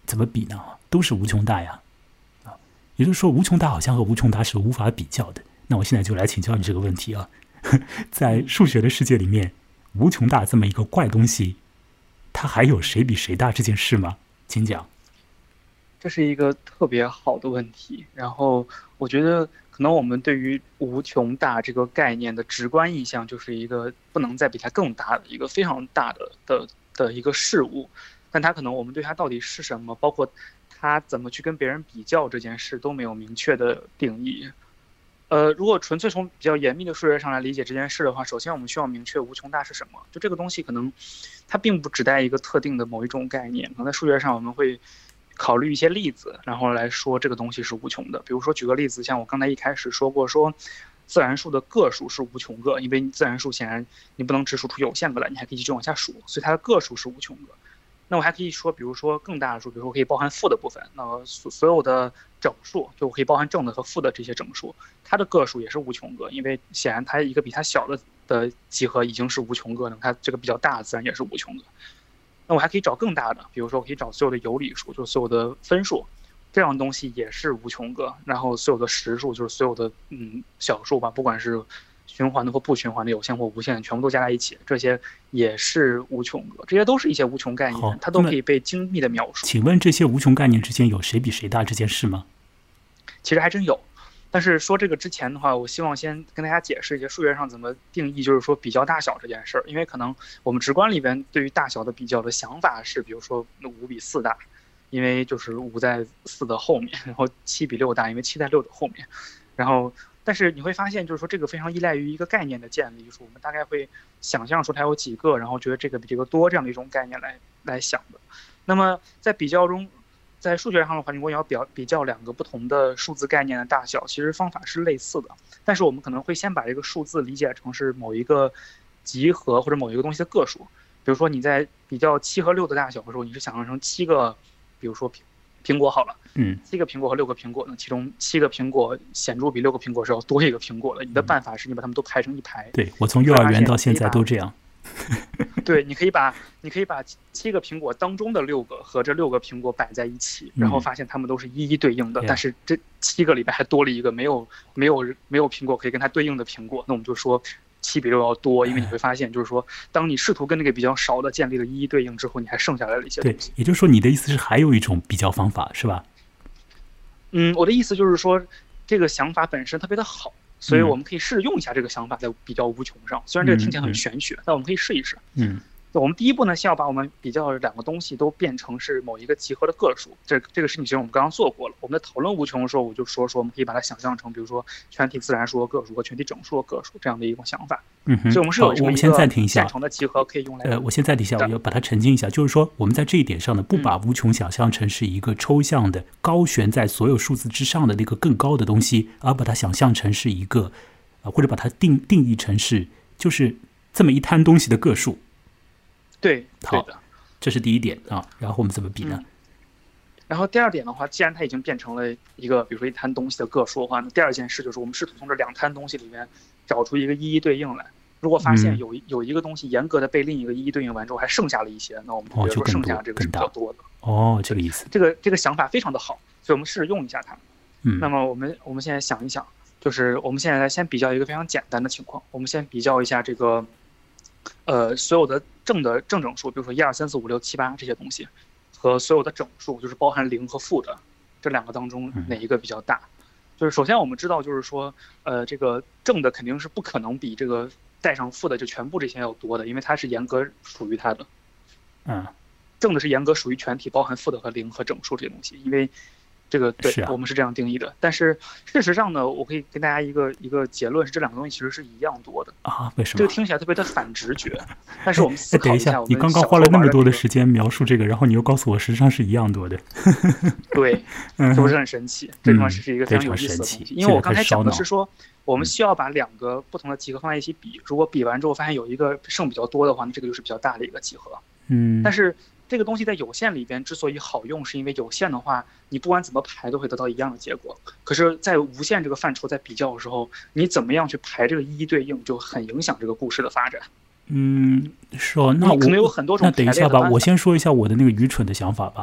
怎么比呢？都是无穷大呀，也就是说无穷大好像和无穷大是无法比较的。那我现在就来请教你这个问题啊，在数学的世界里面，无穷大这么一个怪东西，它还有谁比谁大这件事吗？请讲。 这是一个特别好的问题。然后我觉得可能我们对于无穷大这个概念的直观印象，就是一个不能再比它更大的一个非常大的一个事物。但它可能我们对它到底是什么，包括它怎么去跟别人比较这件事都没有明确的定义。如果纯粹从比较严密的数学上来理解这件事的话，首先我们需要明确无穷大是什么。就这个东西可能它并不指代一个特定的某一种概念，可能在数学上我们会考虑一些例子，然后来说这个东西是无穷的。比如说举个例子，像我刚才一开始说过，说自然数的个数是无穷个，因为自然数显然你不能只数出有限个来，你还可以继续往下数，所以它的个数是无穷个。那我还可以说，比如说更大的数，比如说可以包含负的部分，那所有的整数就可以包含正的和负的这些整数，它的个数也是无穷个，因为显然它一个比它小的集合已经是无穷个的，它这个比较大的自然也是无穷个。那我还可以找更大的，比如说我可以找所有的有理数，就是所有的分数，这样的东西也是无穷个。然后所有的实数，就是所有的小数吧，不管是循环的或不循环的、有限或无限，全部都加在一起，这些也是无穷个。这些都是一些无穷概念，它都可以被精密的描述。 请问这些无穷概念之间有谁比谁大这件事吗？ 其实还真有。但是说这个之前的话，我希望先跟大家解释一些数学上怎么定义，就是说比较大小这件事儿。因为可能我们直观里边对于大小的比较的想法是，比如说5比4大，因为就是5在4的后面，然后7比6大，因为7在6的后面。然后，但是你会发现，就是说这个非常依赖于一个概念的建立，就是我们大概会想象出它有几个，然后觉得这个比这个多这样的一种概念来想的。那么在比较中，在数学上的话，如果你要比较两个不同的数字概念的大小，其实方法是类似的，但是我们可能会先把这个数字理解成是某一个集合或者某一个东西的个数。比如说你在比较7和6的大小的时候，你是想象成7个，比如说苹果好了，7个苹果和6个苹果，那其中7个苹果显著比6个苹果是要多一个苹果的。你的办法是你把它们都排成一排。 对，我从幼儿园到现在都这样。 对，你可以把7个苹果当中的6个和这6个苹果摆在一起，然后发现它们都是一一对应的。但是这7个里边还多了一个没有苹果可以跟它对应的苹果，那我们就说7比6要多，因为你会发现，就是说，当你试图跟那个比较少的建立了一一对应之后，你还剩下来了一些东西。 对，也就是说，你的意思是还有一种比较方法，是吧？ 我的意思就是说，这个想法本身特别的好。所以我们可以试着用一下这个想法在比较无穷上，虽然这个听起来很玄学，但我们可以试一试。我们第一步呢，先要把我们比较两个东西都变成是某一个集合的个数。这个事情其实我们刚刚做过了。我们在讨论无穷的时候，我就说我们可以把它想象成，比如说全体自然数的个数和全体整数的个数这样的一种想法。所以我们是有这么一个现成的集合可以用来。 我先暂停一下，我要把它澄清一下，就是说我们在这一点上呢，不把无穷想象成是一个抽象的、高悬在所有数字之上的那个更高的东西，而把它想象成是一个。或者把它定义成是就是这么一摊东西的个数。 对， 好的，这是第一点啊。然后我们怎么比呢？ 然后第二点的话，既然它已经变成了一个比如说一摊东西的个数的话，那第二件事就是我们试图从这两摊东西里面找出一个一一对应来。如果发现有一个东西严格的被另一个一一对应完之后还剩下了一些，那我们就觉得说剩下这个是比较多的。 这个意思。 这个想法非常的好，所以我们试着用一下它。那么我们现在想一想。就是我们现在先比较一个非常简单的情况，我们先比较一下这个，所有的正整数，比如说1、2、3、4、5、6、7、8这些东西，和所有的整数，就是包含0和负的这两个当中哪一个比较大？就是首先我们知道，就是说，这个正的肯定是不可能比这个带上负的就全部这些要多的，因为它是严格属于它的。正的是严格属于全体，包含负的和0和整数这些东西，因为。这个对、我们是这样定义的，但是事实上呢，我可以跟大家一个结论是，这两个东西其实是一样多的啊？为什么？ 这个听起来特别的反直觉，但是我们思考一下， 你刚刚花了那么多的时间描述这个，然后你又告诉我实际上是一样多的， 对，是不是很神奇？这地方是一个非常有意思的东西，因为我刚才讲的是说，我们需要把两个不同的集合放在一起比，如果比完之后发现有一个剩比较多的话，那这个就是比较大的一个集合。但是。这个东西在有限里边之所以好用，是因为有限的话，你不管怎么排都会得到一样的结果。可是，在无限这个范畴在比较的时候，你怎么样去排这个一一对应，就很影响这个故事的发展。 是哦，那可能有很多种。 那等一下吧，我先说一下我的那个愚蠢的想法吧。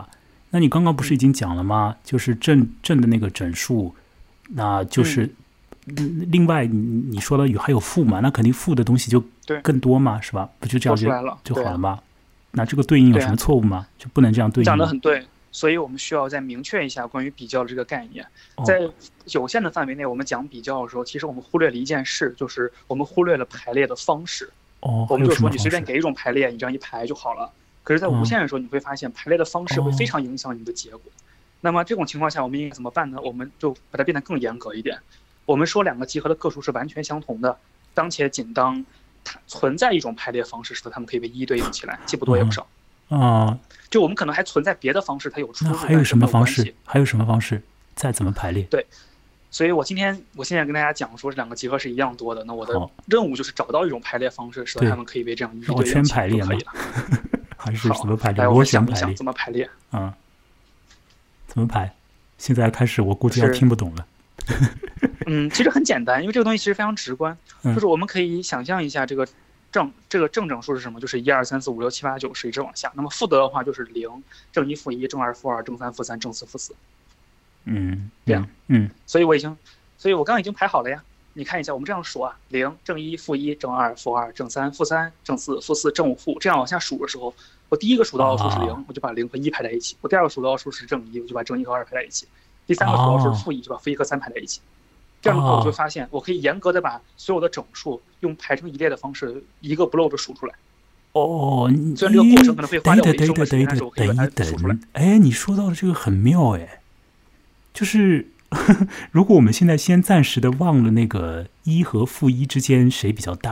那你刚刚不是已经讲了吗？就是正的那个整数，那就是另外你说了还有负嘛，那肯定负的东西就更多嘛，是吧？不就这样就好了吗？那这个对应有什么错误吗？就不能这样对应？ 讲得很对，所以我们需要再明确一下关于比较的这个概念。在有限的范围内，我们讲比较的时候，其实我们忽略了一件事，就是我们忽略了排列的方式。我们就说你随便给一种排列，你这样一排就好了。可是，在无限的时候，你会发现排列的方式会非常影响你的结果。那么这种情况下，我们应该怎么办呢？我们就把它变得更严格一点。我们说两个集合的个数是完全相同的，当且仅当它存在一种排列方式时，它们可以被一一对应起来，既不多也不少。就我们可能还存在别的方式，它有出入。 还有什么方式？还有什么方式？再怎么排列？ 对。所以我现在跟大家讲说这两个集合是一样多的，那我的任务就是找到一种排列方式，使得它们可以被这样一对应起来就可以了。 还是怎么排列？ 来，我们想一想怎么排列。 怎么排？现在开始，我估计要听不懂了。 其实很简单，因为这个东西其实非常直观，就是我们可以想象一下这个正整数是什么？就是1、2、3、4、5、6、7、8、9，一直往下。那么负的话就是0、正1、负1、正2、负2、正3、负3、正4、负4。这样。所以我刚刚已经排好了呀。你看一下，我们这样数啊：0、正1、负1、正2、负2、正3、负3、正4、负4、正5、负。这样往下数的时候，我第一个数到的数是0，我就把0和1排在一起；我第二个数到的数是正1，我就把正1和2排在一起；第三个数到是负1，就把负1和3排在一起。这样的话，我就发现我可以严格的把所有的整数用排成一列的方式，一个不漏的数出来。虽然这个过程可能会花掉我一生的时间，但是我可以把它数出来。 你说到的这个很妙就是如果我们现在先暂时的忘了那个1和负1之间谁比较大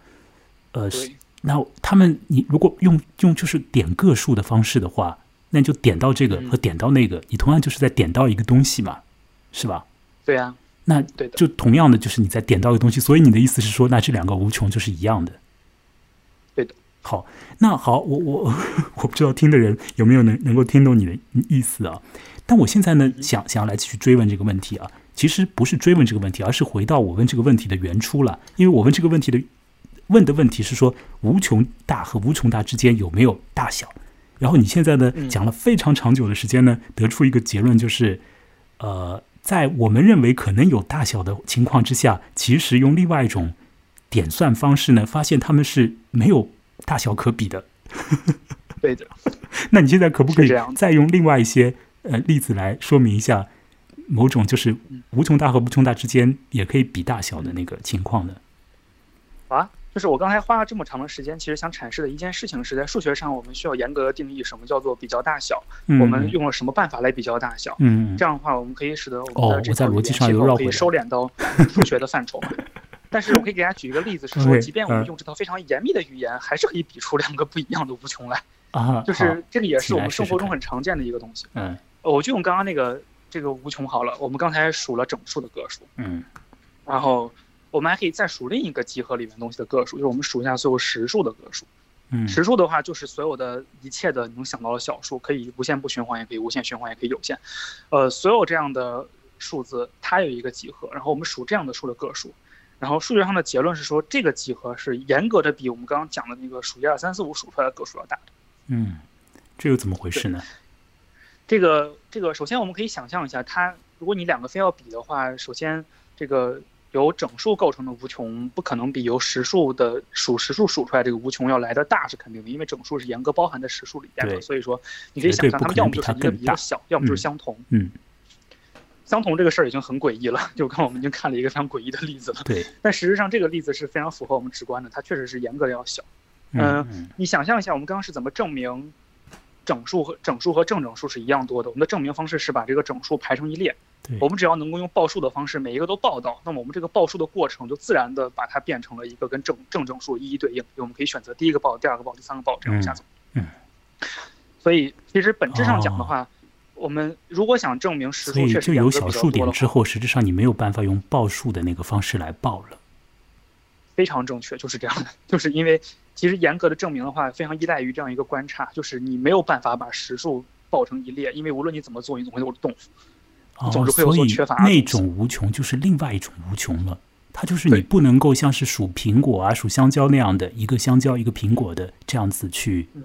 那他们你如果用就是点个数的方式的话，那你就点到这个和点到那个，你同样就是在点到一个东西嘛，是吧？ 对呀。 那就同样的就是你在点到一个东西，所以你的意思是说，那这两个无穷就是一样的。 对的。 好，那好，我不知道听的人有没有能够听懂你的意思啊？但我现在呢，想要来继续追问这个问题啊，其实不是追问这个问题，而是回到我问这个问题的原初了。因为我问这个问题问的问题是说，无穷大和无穷大之间有没有大小？然后你现在呢，讲了非常长久的时间呢，得出一个结论，就是在我们认为可能有大小的情况之下，其实用另外一种点算方式呢，发现它们是没有大小可比的。 对的。 那你现在可不可以再用另外一些例子来说明一下某种就是无穷大和无穷大之间也可以比大小的那个情况呢？ 就是我刚才花了这么长的时间，其实想阐释的一件事情是在数学上我们需要严格的定义什么叫做比较大小，我们用了什么办法来比较大小。这样的话我们可以使得我们的这个语言系统可以收敛到数学的范畴。但是我可以给大家举一个例子，是说即便我们用这套非常严密的语言，还是可以比出两个不一样的无穷来。就是这个也是我们生活中很常见的一个东西。我就用刚刚这个无穷好了，我们刚才数了整数的个数，然后我们还可以再数另一个集合里面东西的个数，就是我们数一下所有实数的个数。实数的话就是所有的一切的你能想到的小数，可以无限不循环，也可以无限循环，也可以有限。所有这样的数字它有一个集合，然后我们数这样的数的个数，然后数学上的结论是说这个集合是严格的比我们刚刚讲的那个数1、2、3、4、5数出来的个数要大的。 这又怎么回事呢？ 这个首先我们可以想象一下，它如果你两个非要比的话，首先这个由整数构成的无穷不可能比由实数数出来这个无穷要来的大，是肯定的，因为整数是严格包含在实数里边的。所以说你可以想象它们要么就是一个比一个小，要么就是相同。相同这个事儿已经很诡异了，就刚我们已经看了一个非常诡异的例子了。但实际上这个例子是非常符合我们直观的，它确实是严格的要小。你想象一下我们刚刚是怎么证明整数和正整数是一样多的？我们的证明方式是把这个整数排成一列，我们只要能够用报数的方式每一个都报到，那么我们这个报数的过程就自然的把它变成了一个跟正整数一一对应，我们可以选择第一个报、第二个报、第三个报这样往下走。所以其实本质上讲的话，我们如果想证明实数确实严格比较多的话，所以就有小数点之后，实质上你没有办法用报数的那个方式来报了。非常正确，就是这样的。就是因为其实严格的证明的话，非常依赖于这样一个观察，就是你没有办法把实数报成一列，因为无论你怎么做，你总会有洞，你总是会有所缺乏。 所以那种无穷就是另外一种无穷了，它就是你不能够像是数苹果啊、数香蕉那样的一个香蕉一个苹果的这样子去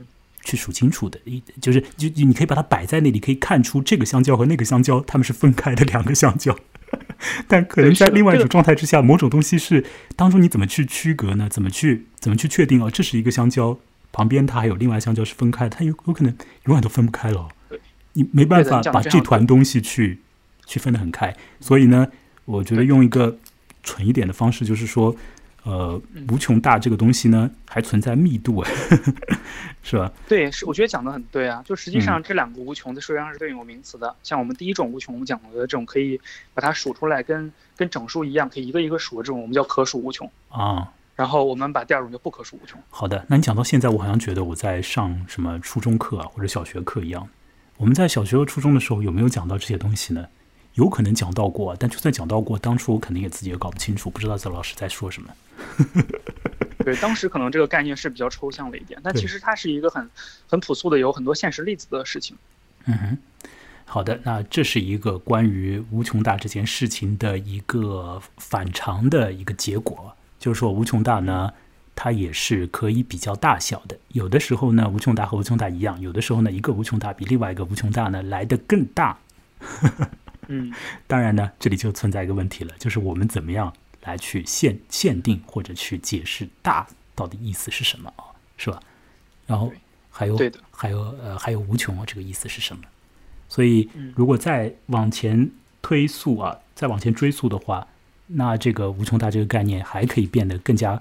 去数清楚的，就你可以把它摆在那里，可以看出这个香蕉和那个香蕉它们是分开的两个香蕉。但可能在另外一种状态之下，某种东西是当中你怎么去区隔呢？怎么去确定这是一个香蕉，旁边它还有另外香蕉是分开的，它有可能永远都分不开了。你没办法把这团东西去分得很开。所以呢，我觉得用一个蠢一点的方式，就是说无穷大这个东西呢还存在密度是吧？ 对，是，我觉得讲得很对啊。就实际上这两个无穷在数学上是对应有名词的。像我们第一种无穷，我们讲的这种可以把它数出来，跟整数一样，可以一个一个数的这种，我们叫可数无穷啊。 然后我们把第二种叫不可数无穷。 好的，那你讲到现在，我好像觉得我在上什么初中课或者小学课一样。我们在小学和初中的时候有没有讲到这些东西呢？有可能讲到过，但就算讲到过，当初我可能也自己也搞不清楚，不知道这老师在说什么。 对，当时可能这个概念是比较抽象的一点，但其实它是一个很朴素的，有很多现实例子的事情。 好的，那这是一个关于无穷大这件事情的一个反常的一个结果，就是说无穷大呢，它也是可以比较大小的。有的时候呢，无穷大和无穷大一样；有的时候呢，一个无穷大比另外一个无穷大呢来得更大。当然呢，这里就存在一个问题了，就是我们怎么样来去限定或者去解释大到底意思是什么是吧？然后还有无穷这个意思是什么？所以如果再往前推溯再往前追溯的话，那这个无穷大这个概念还可以变得更加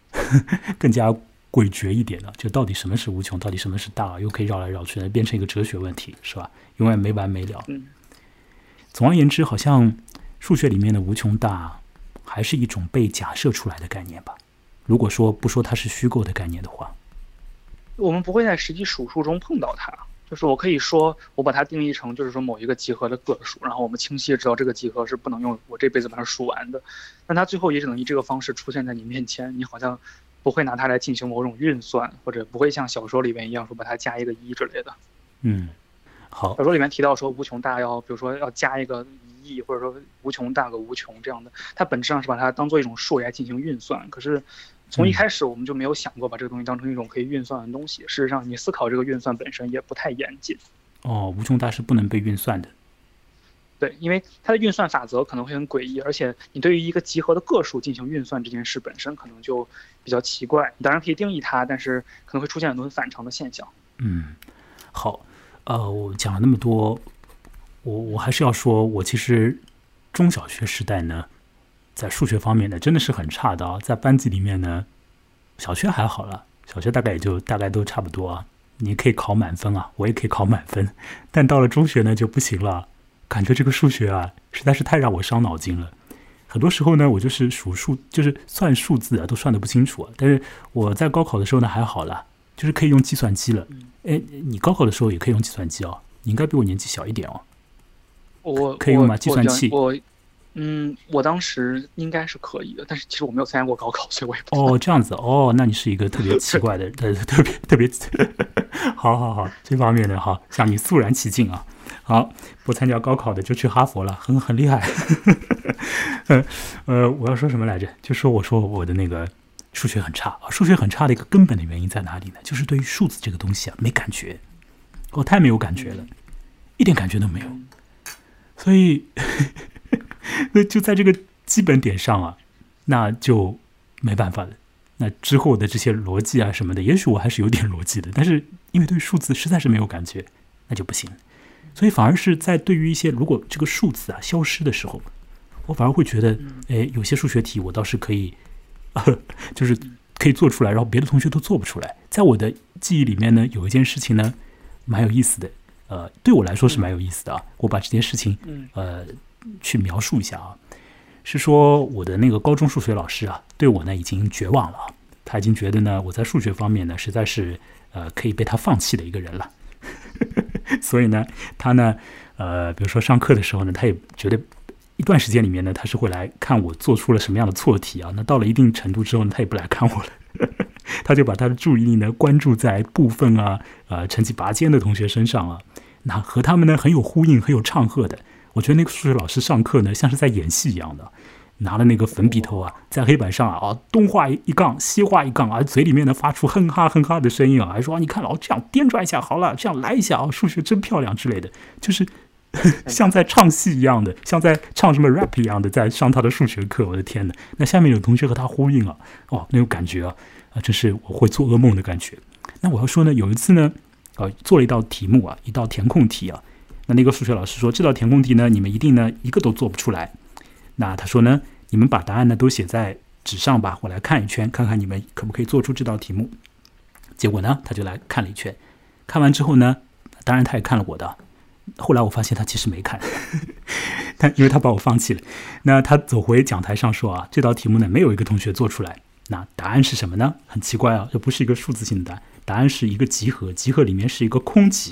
诡谲一点了。就到底什么是无穷，到底什么是大，又可以绕来绕去的，变成一个哲学问题，是吧？永远没完没了。总而言之，好像数学里面的无穷大还是一种被假设出来的概念吧。如果说不说它是虚构的概念的话， 我们不会在实际数数中碰到它。就是我可以说，我把它定义成就是说某一个集合的个数，然后我们清晰的知道这个集合是不能用我这辈子把它数完的。但它最后也只能以这个方式出现在你面前，你好像不会拿它来进行某种运算，或者不会像小说里面一样说把它加一个1之类的。 好， 小说里面提到说无穷大比如说要加一个1亿，或者说无穷大个无穷这样的，它本质上是把它当做一种数来进行运算。可是从一开始我们就没有想过把这个东西当成一种可以运算的东西。事实上，你思考这个运算本身也不太严谨。 无穷大是不能被运算的。 对，因为它的运算法则可能会很诡异，而且你对于一个集合的个数进行运算这件事本身可能就比较奇怪。你当然可以定义它，但是可能会出现很多反常的现象。 好。我讲了那么多，我还是要说，我其实中小学时代呢，在数学方面呢，真的是很差的在班级里面呢，小学还好了，小学大概都差不多你可以考满分我也可以考满分，但到了中学呢就不行了，感觉这个数学实在是太让我伤脑筋了。很多时候呢，我就是就是算数字都算得不清楚但是我在高考的时候呢还好了。就是可以用计算机了。你高考的时候也可以用计算机你应该比我年纪小一点我可以用吗？计算器？ 我当时应该是可以的，但是其实我没有参加过高考，所以我也不知道。 这样子那你是一个特别奇怪的特别好，这方面的向你肃然起敬好，不参加高考的就去哈佛了，很厉害。我要说什么来着？就说我的那个。数学很差数学很差的一个根本的原因在哪里呢？就是对于数字这个东西没感觉，我太没有感觉了，一点感觉都没有。所以就在这个基本点上那就没办法了。那之后的这些逻辑什么的，也许我还是有点逻辑的，但是因为对数字实在是没有感觉，那就不行。所以反而是在对于一些如果这个数字消失的时候，我反而会觉得有些数学题我倒是可以就是可以做出来，然后别的同学都做不出来。在我的记忆里面呢，有一件事情呢蛮有意思的，对我来说是蛮有意思的我把这件事情去描述一下是说我的那个高中数学老师对我呢已经绝望了他已经觉得呢我在数学方面呢实在是可以被他放弃的一个人了。所以呢他呢比如说上课的时候呢，他也觉得一段时间里面呢，他是会来看我做出了什么样的错题那到了一定程度之后呢，他也不来看我了。他就把他的注意力呢关注在部分成绩拔尖的同学身上那和他们呢很有呼应，很有唱和的。我觉得那个数学老师上课呢像是在演戏一样的， 拿了那个粉笔头啊，在黑板上东画一杠，西画一杠啊，嘴里面呢发出哼哈哼哈的声音啊，还说你看老这样颠转一下好了，这样来一下数学真漂亮之类的，就是像在唱戏一样的，像在唱什么 rap 一样的，在上他的数学课。我的天哪！那下面有同学和他呼应那种感觉真是我会做噩梦的感觉。那我要说呢，有一次呢，做了一道题目一道填空题那个数学老师说，这道填空题呢，你们一定呢一个都做不出来。那他说呢，你们把答案呢都写在纸上吧，我来看一圈，看看你们可不可以做出这道题目。结果呢，他就来看了一圈，看完之后呢，当然他也看了我的。后来我发现他其实没看，因为他把我放弃了。那他走回讲台上说这道题目呢没有一个同学做出来。那答案是什么呢？很奇怪这不是一个数字性的答案，答案是一个集合，集合里面是一个空集。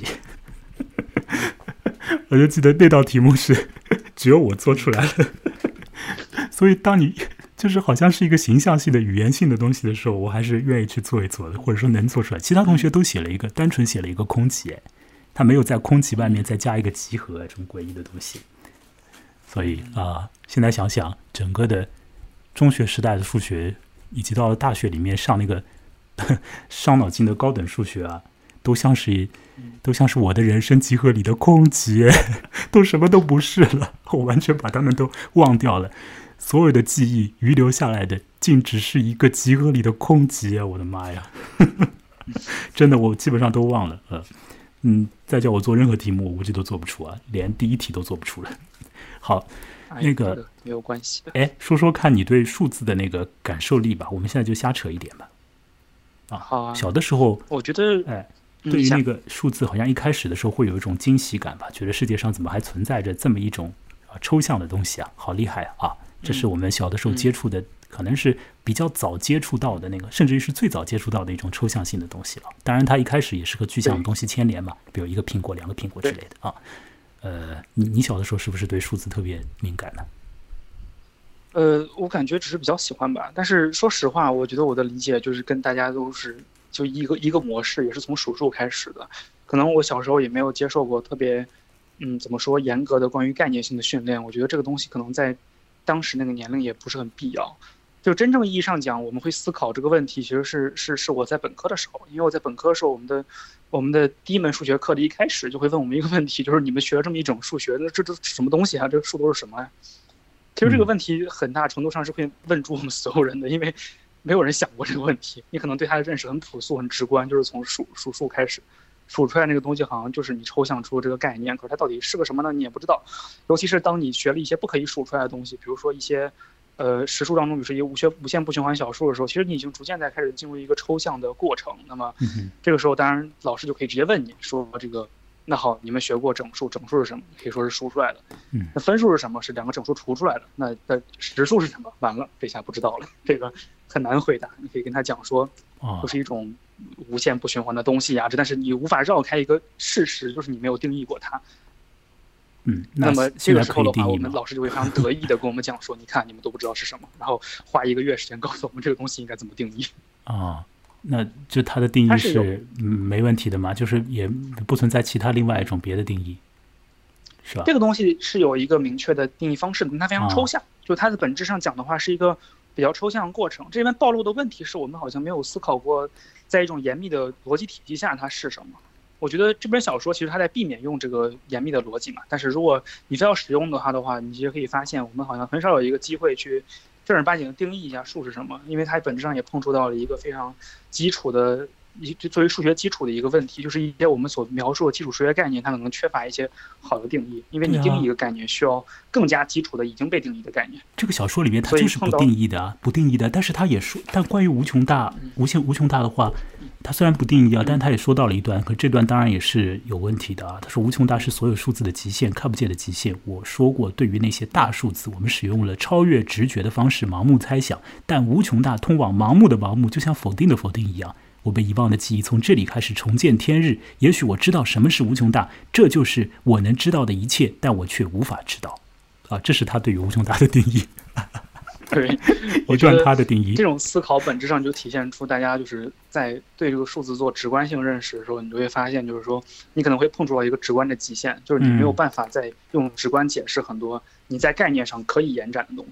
我就记得那道题目是只有我做出来了。所以当你就是好像是一个形象性的语言性的东西的时候，我还是愿意去做一做的，或者说能做出来。其他同学都写了一个单纯写了一个空集，他没有在空集外面再加一个集合，这种诡异的东西。所以现在想想，整个的中学时代的数学，以及到了大学里面上那个伤脑筋的高等数学都像是我的人生集合里的空集，都什么都不是了，我完全把他们都忘掉了。所有的记忆遗留下来的，竟只是一个集合里的空集我的妈呀！真的，我基本上都忘了。再叫我做任何题目，我估计都做不出连第一题都做不出来。好，那个没有关系的。 说说看你对数字的那个感受力吧。我们现在就瞎扯一点吧。 好小的时候， 我觉得， 对于那个数字，好像一开始的时候会有一种惊喜感吧，觉得世界上怎么还存在着这么一种抽象的东西好厉害这是我们小的时候接触的。可能是比较早接触到的那个，甚至于是最早接触到的一种抽象性的东西了。当然它一开始也是和具象的东西牵连嘛，比如一个苹果两个苹果之类的你小的时候是不是对数字特别敏感呢？ 我感觉只是比较喜欢吧，但是说实话，我觉得我的理解就是跟大家都是就一个模式，也是从数数开始的。可能我小时候也没有接受过特别怎么说严格的关于概念性的训练，我觉得这个东西可能在当时那个年龄也不是很必要。就真正意义上讲，我们会思考这个问题，其实是我在本科的时候，因为我在本科的时候，我们的第一门数学课的一开始就会问我们一个问题，就是你们学了这么一种数学，那这都什么东西这个数都是什么呀？其实这个问题很大程度上是会问住我们所有人的，因为没有人想过这个问题。你可能对它的认识很朴素、很直观，就是从数数开始，数出来那个东西好像就是你抽象出这个概念，可是它到底是个什么呢？你也不知道。尤其是当你学了一些不可以数出来的东西，比如说一些实数当中，比如说一个无限不循环小数的时候，其实你已经逐渐在开始进入一个抽象的过程。那么这个时候，当然老师就可以直接问你说这个。那好，你们学过整数，整数是什么？可以说是数出来的。那分数是什么？是两个整数除出来的。那实数是什么？完了，这下不知道了，这个很难回答。你可以跟他讲说，就是一种无限不循环的东西但是你无法绕开一个事实，就是你没有定义过它。那么这个时候的话，我们老师就会非常得意的跟我们讲说，你看你们都不知道是什么，然后花1个月时间告诉我们这个东西应该怎么定义。 那就它的定义是没问题的吗？就是也不存在其他另外一种别的定义，是吧？ 这个东西是有一个明确的定义方式的，它非常抽象，就它的本质上讲的话是一个比较抽象的过程。这边暴露的问题是我们好像没有思考过，在一种严密的逻辑体系下它是什么。我觉得这本小说其实它在避免用这个严密的逻辑嘛，但是如果你非要使用的话，你其实可以发现我们好像很少有一个机会去正儿八经的定义一下数是什么，因为它本质上也碰触到了一个非常基础的作为数学基础的一个问题，就是一些我们所描述的基础数学概念，它可能缺乏一些好的定义，因为你定义一个概念需要更加基础的已经被定义的概念。 这个小说里面它就是不定义的，但是它也说，但关于无穷大无穷大的话，它虽然不定义但它也说到了一段，可这段当然也是有问题的他说无穷大是所有数字的极限，看不见的极限。我说过，对于那些大数字，我们使用了超越直觉的方式盲目猜想，但无穷大通往盲目的盲目，就像否定的否定一样。我被遗忘的记忆从这里开始重见天日，也许我知道什么是无穷大，这就是我能知道的一切，但我却无法知道。这是他对于无穷大的定义。 对， 一段他的定义。 这种思考本质上就体现出大家就是在对这个数字做直观性认识的时候，你就会发现，就是说你可能会碰触到一个直观的极限，就是你没有办法再用直观解释很多你在概念上可以延展的东西。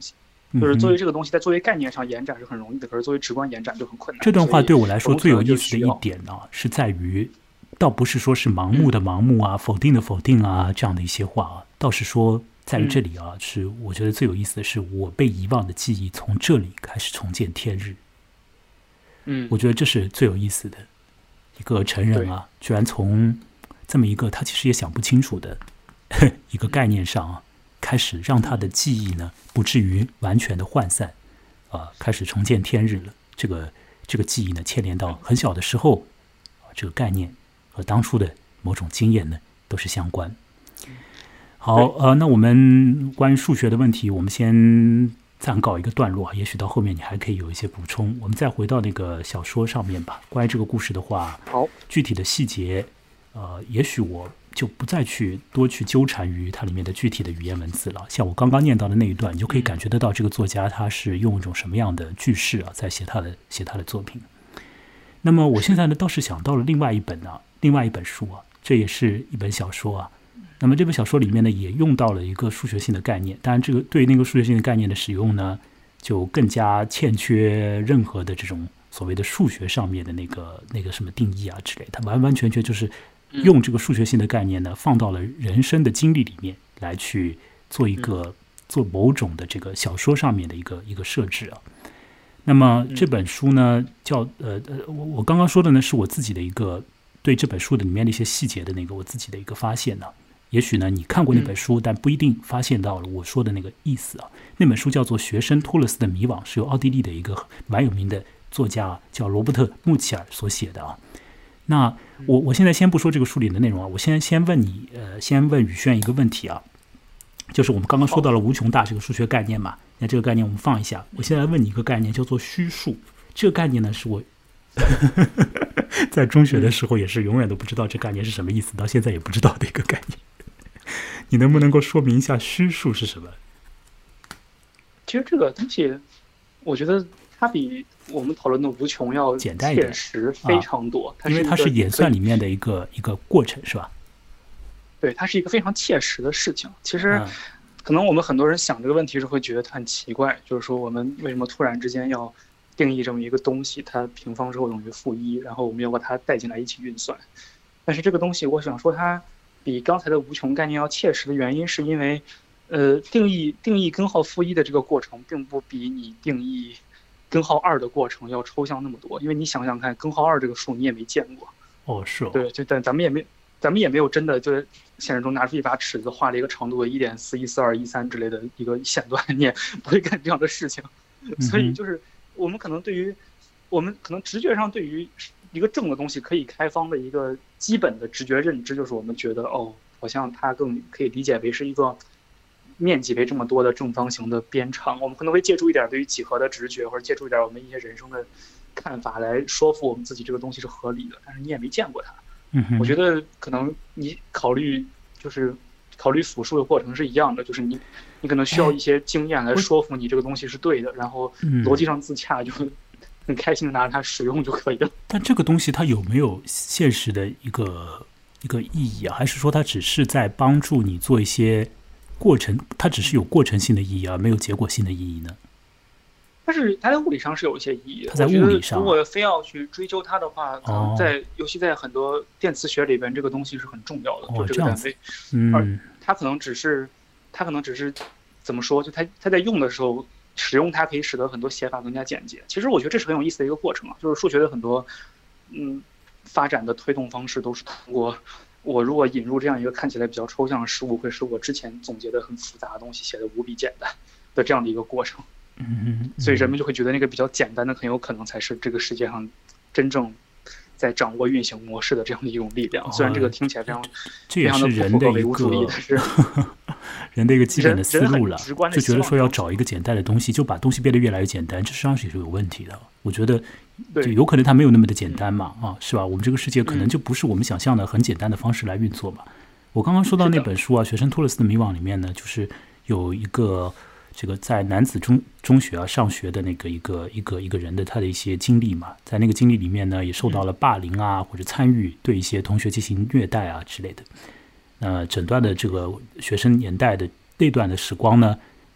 就是作为这个东西在作为概念上延展是很容易的，可是作为直观延展就很困难。 这段话对我来说最有意思的一点呢，是在于，倒不是说是盲目的盲目啊，否定的否定啊这样的一些话啊，倒是说在于这里啊，是我觉得最有意思的是，我被遗忘的记忆从这里开始重见天日。我觉得这是最有意思的。一个成人啊，居然从这么一个他其实也想不清楚的一个概念上啊，开始让他的记忆呢不至于完全的涣散，开始重见天日了。这个记忆呢牵连到很小的时候，这个概念和当初的某种经验呢都是相关。好，那我们关于数学的问题，我们先暂告一个段落，也许到后面你还可以有一些补充。我们再回到那个小说上面吧。关于这个故事的话，具体的细节，也许我就不再多去纠缠于它里面的具体的语言文字了。像我刚刚念到的那一段，你就可以感觉得到这个作家他是用一种什么样的句式啊，在写他的作品。那么我现在呢，倒是想到了另外一本书啊，这也是一本小说啊。那么这本小说里面呢，也用到了一个数学性的概念，当然这个对于那个数学性的概念的使用呢，就更加欠缺任何的这种所谓的数学上面的那个什么定义啊之类，它完完全全就是用这个数学性的概念呢，放到了人生的经历里面来去做某种的这个小说上面的一个设置啊。那么这本书呢，叫我刚刚说的呢，是我自己的一个对这本书的里面的一些细节的那个我自己的一个发现呢。也许呢，你看过那本书，但不一定发现到了我说的那个意思啊。那本书叫做《学生托勒斯的迷惘》，是由奥地利的一个蛮有名的作家叫罗伯特·穆齐尔所写的啊。那我现在先不说这个书里的内容啊，我先问你，先问宇轩一个问题啊，就是我们刚刚说到了无穷大这个数学概念嘛，那这个概念我们放一下。我现在问你一个概念，叫做虚数。这个概念呢，是我在中学的时候也是永远都不知道这概念是什么意思，到现在也不知道的一个概念。你能不能够说明一下虚数是什么？ 其实这个东西，我觉得它比我们讨论的无穷要简单一点， 切实非常多。 因为它是演算里面的一个过程，是吧？ 对，它是一个非常切实的事情。其实，可能我们很多人想这个问题是会觉得它很奇怪，就是说我们为什么突然之间要定义这么一个东西，它平方之后等于-1，然后我们要把它带进来一起运算。但是这个东西，我想说它比刚才的无穷概念要切实的原因，是因为，定义根号-1的这个过程，并不比你定义根号2的过程要抽象那么多。因为你想想看，根号2这个数你也没见过。 哦，是哦。 对，但咱们也没有真的就是现实中拿出一把尺子画了一个长度的1.4、142、1.3之类的一个线段，你也不会干这样的事情。所以就是我们可能直觉上对于一个正的东西可以开方的一个基本的直觉认知，就是我们觉得好像它更可以理解为是一个面积为这么多的正方形的边长。我们可能会借助一点对于几何的直觉，或者借助一点我们一些人生的看法来说服我们自己这个东西是合理的，但是你也没见过它。我觉得可能你考虑复数的过程是一样的，就是你可能需要一些经验来说服你这个东西是对的，然后逻辑上自洽，就很开心的拿着它使用就可以了。 但这个东西它有没有现实的一个意义啊？还是说它只是在帮助你做一些过程，它只是有过程性的意义而没有结果性的意义呢？ 但是它在物理上是有一些意义的。 它在物理上， 如果非要去追究它的话，可能尤其在很多电磁学里边，这个东西是很重要的，就这个单位。而它可能只是怎么说？就它在用的时候使用它，可以使得很多写法更加简洁。其实我觉得这是很有意思的一个过程啊，就是数学的很多发展的推动方式都是通过我如果引入这样一个看起来比较抽象的事物，会使我之前总结的很复杂的东西写得无比简单的这样的一个过程。所以人们就会觉得那个比较简单的很有可能才是这个世界上真正在掌握运行模式的这样的一种力量。虽然这个听起来非常这也是人的一个人的一个基本的思路了，就觉得说要找一个简单的东西，就把东西变得越来越简单，这实际上是有问题的。我觉得就有可能它没有那么的简单嘛，是吧？我们这个世界可能就不是我们想象的很简单的方式来运作嘛。我刚刚说到那本书啊，《学生托勒斯的迷惘》里面呢，就是有一个这个在男子中学上学的那个一个人的他的一些经历嘛，在那个经历里面呢，也受到了霸凌啊，或者参与对一些同学进行虐待啊之类的。整段的这个学生年代的那段的时光呢，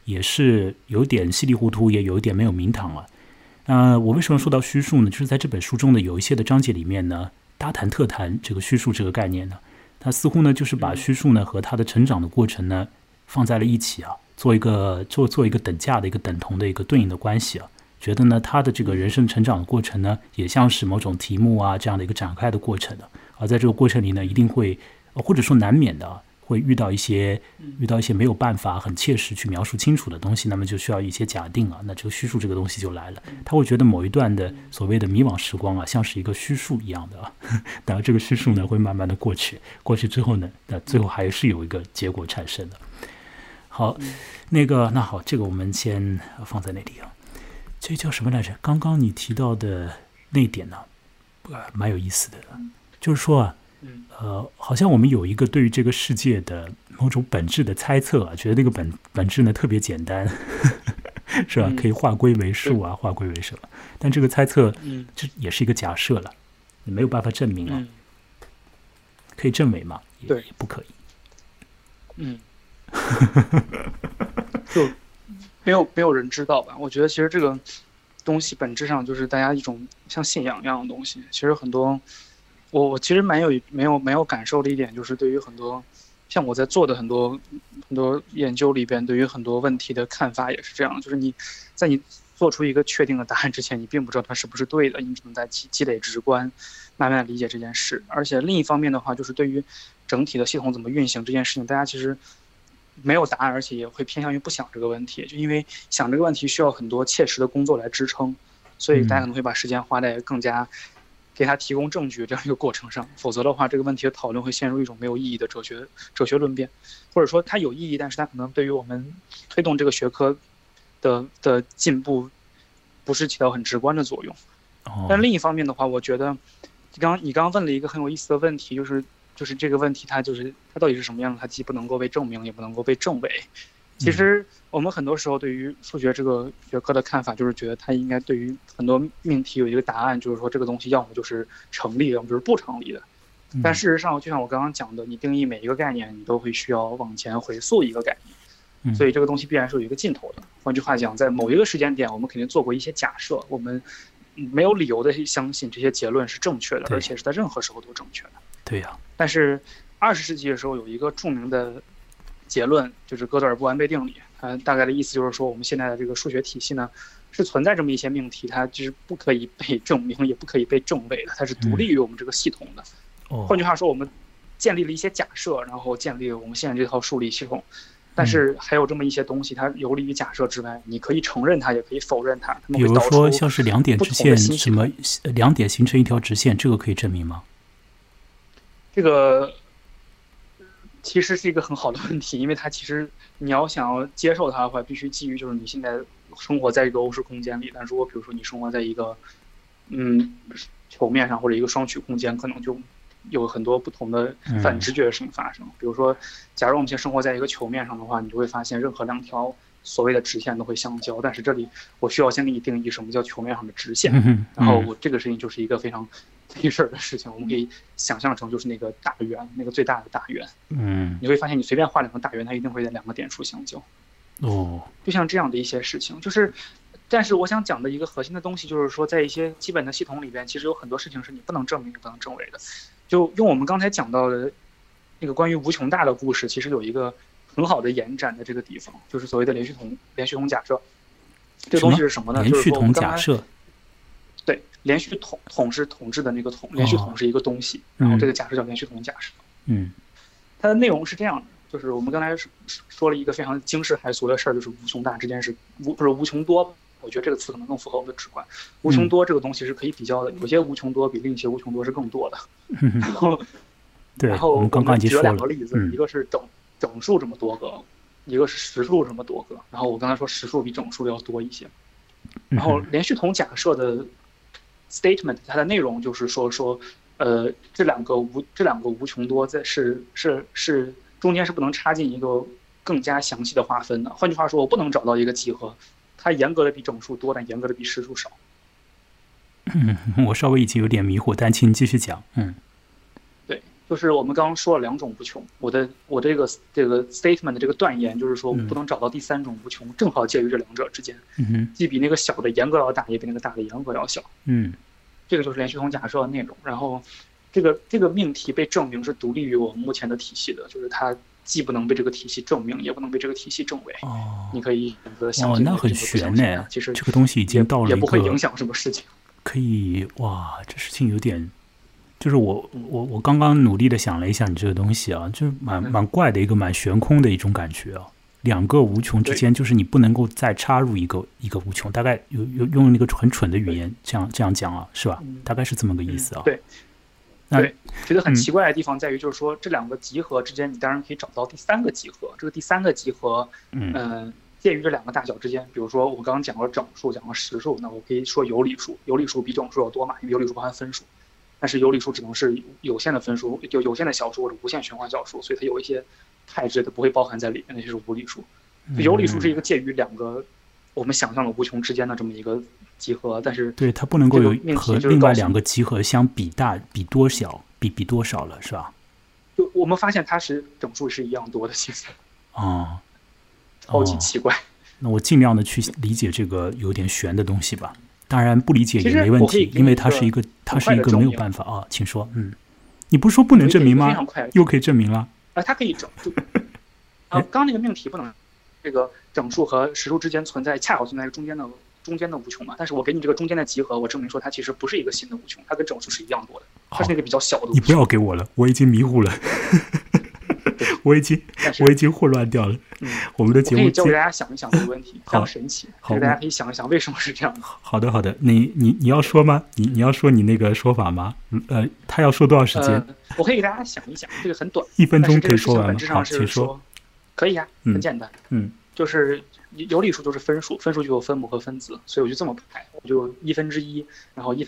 也是有点稀里糊涂，也有一点没有名堂了。我为什么说到虚数呢？就是在这本书中的有一些的章节里面呢，大谈特谈这个虚数这个概念呢，它似乎呢就是把虚数呢和它的成长的过程呢放在了一起做一个等价的一个等同的一个对应的关系觉得呢它的这个人生成长的过程呢，也像是某种题目这样的一个展开的过程而在这个过程里呢，一定会或者说难免的会遇到一些没有办法很切实去描述清楚的东西，那么就需要一些假定那这个虚数这个东西就来了。他会觉得某一段的所谓的迷惘时光像是一个虚数一样的当然这个虚数呢会慢慢的过去之后呢，那最后还是有一个结果产生的。好，那好，这个我们先放在那里这叫什么来着？刚刚你提到的那一点呢，蛮有意思的，就是说好像我们有一个对于这个世界的某种本质的猜测觉得那个本质呢特别简单是吧？可以划归为数划归为什么？但这个猜测这也是一个假设了，没有办法证明可以证伪吗？也不可以。 就没有人知道吧？我觉得其实这个东西本质上就是大家一种像信仰一样的东西。其实很多，我其实没有感受的一点就是，对于很多像我在做的很多研究里边，对于很多问题的看法也是这样，就是你做出一个确定的答案之前，你并不知道它是不是对的，你只能在积累直观，慢慢的理解这件事。而且另一方面的话，就是对于整体的系统怎么运行这件事情，大家其实没有答案，而且也会偏向于不想这个问题，就因为想这个问题需要很多切实的工作来支撑，所以大家可能会把时间花在更加给他提供证据这样一个过程上，否则的话，这个问题的讨论会陷入一种没有意义的哲学论辩，或者说它有意义，但是它可能对于我们推动这个学科的进步不是起到很直观的作用。但另一方面的话，我觉得你刚问了一个很有意思的问题，就是这个问题它到底是什么样的？它既不能够被证明，也不能够被证伪。其实我们很多时候对于数学这个学科的看法，就是觉得它应该对于很多命题有一个答案，就是说这个东西要么就是成立，要么就是不成立的。但事实上，就像我刚刚讲的，你定义每一个概念，你都会需要往前回溯一个概念，所以这个东西必然是有一个尽头的。换句话讲，在某一个时间点，我们肯定做过一些假设，我们没有理由的相信这些结论是正确的，而且是在任何时候都正确的。 对呀。 但是20世纪的时候有一个著名的结论，就是哥德尔不完备定理。它大概的意思就是说，我们现在的这个数学体系呢，是存在这么一些命题，它就是不可以被证明，也不可以被证伪的，它是独立于我们这个系统的。换句话说，我们建立了一些假设，然后建立了我们现在这套数理系统。但是还有这么一些东西，它游离于假设之外，你可以承认它，也可以否认它。 比如说，像是两点直线，什么两点形成一条直线，这个可以证明吗？ 这个其实是一个很好的问题，因为它其实你要想要接受它的话，必须基于就是你现在生活在一个欧式空间里。但如果比如说你生活在一个球面上或者一个双曲空间，可能就有很多不同的反直觉的事情发生。比如说，假如我们现在生活在一个球面上的话，你就会发现任何两条所谓的直线都会相交。但是这里我需要先给你定义什么叫球面上的直线，然后这个事情就是一个非常费事的事情。我们可以想象成就是那个大圆，那个最大的大圆。你会发现你随便画两个大圆，它一定会在两个点处相交。就像这样的一些事情，但是我想讲的一个核心的东西就是说，在一些基本的系统里边，其实有很多事情是你不能证明也不能证伪的。就用我们刚才讲到的那个关于无穷大的故事，其实有一个很好的延展的这个地方，就是所谓的连续统假设。这个东西是什么呢？ 连续统假设。 对，连续统是统治的那个统，连续统是一个东西，然后这个假设叫连续统假设。它的内容是这样的，就是我们刚才说了一个非常惊世骇俗的事儿，就是无穷大之间是无穷多。我觉得这个词可能更符合我们的直观。无穷多这个东西是可以比较的，有些无穷多比另一些无穷多是更多的。然后我们举了两个例子，一个是整数这么多个，一个是实数这么多个。然后我刚才说实数比整数要多一些。然后连续统假设的 statement 它的内容就是说这两个无穷多是中间是不能插进一个更加详细的划分的。换句话说，我不能找到一个集合，它严格的比整数多，但严格的比实数少。 我稍微已经有点迷糊，但请继续讲。 对， 就是我们刚刚说了2种无穷，我这个statement 的这个断言就是说，我不能找到第3种无穷，正好介于这2者之间，既比那个小的严格要大，也比那个大的严格要小。这个就是连续统假设的内容。然后这个命题被证明是独立于我们目前的体系的，就是它既不能被这个体系证明，也不能被这个体系证伪。你可以选择相信那很悬呢。 其实这个东西已经到了也不会影响什么事情。 可以这事情有点，就是我刚刚努力的想了一下你这个东西啊，就是蛮怪的一个蛮悬空的一种感觉啊。2个无穷之间，就是你不能够再插入一个无穷，大概有用那个很蠢的语言这样讲啊，是吧？大概是这么个意思啊。 对，觉得很奇怪的地方在于，就是说这2个集合之间，你当然可以找到第3个集合。这个第3个集合，介于这2个大小之间。比如说我刚刚讲了整数，讲了实数，那我可以说有理数。有理数比整数要多嘛，因为有理数包含分数。但是有理数只能是有限的分数，就有限的小数或者无限循环小数，所以它有一些态质的不会包含在里面，那就是无理数。有理数是一个介于2个我们想象的无穷之间的这么一个集合，但是对它不能够有和另外2个集合相比多小，比多少了，是吧？ 就我们发现它是整数是一样多的，其实超级奇怪。 那我尽量的去理解这个有点悬的东西吧。当然不理解也没问题，因为它是一个没有办法啊。请说。你不是说不能证明吗？又可以证明了。 它可以整。刚刚那个命题不能这个整数和实数之间恰好存在一个中间的无穷嘛？但是我给你这个中间的集合，我证明说它其实不是一个新的无穷，它跟整数是一样多的，它是那个比较小的无穷。 你不要给我了，我已经迷糊了。我已经混乱掉了。我们的节目可以教给大家想一想这个问题，非常神奇。大家可以想一想为什么是这样的。 好的，你要说吗？你要说你那个说法吗？他要说多少时间？ 我可以给大家想一想，这个很短 ，1分钟可以说完吗？ 本质上是说，可以啊，很简单。就是有理数就是分数，分数就有分母和分子，所以我就这么排，我就1/1，然后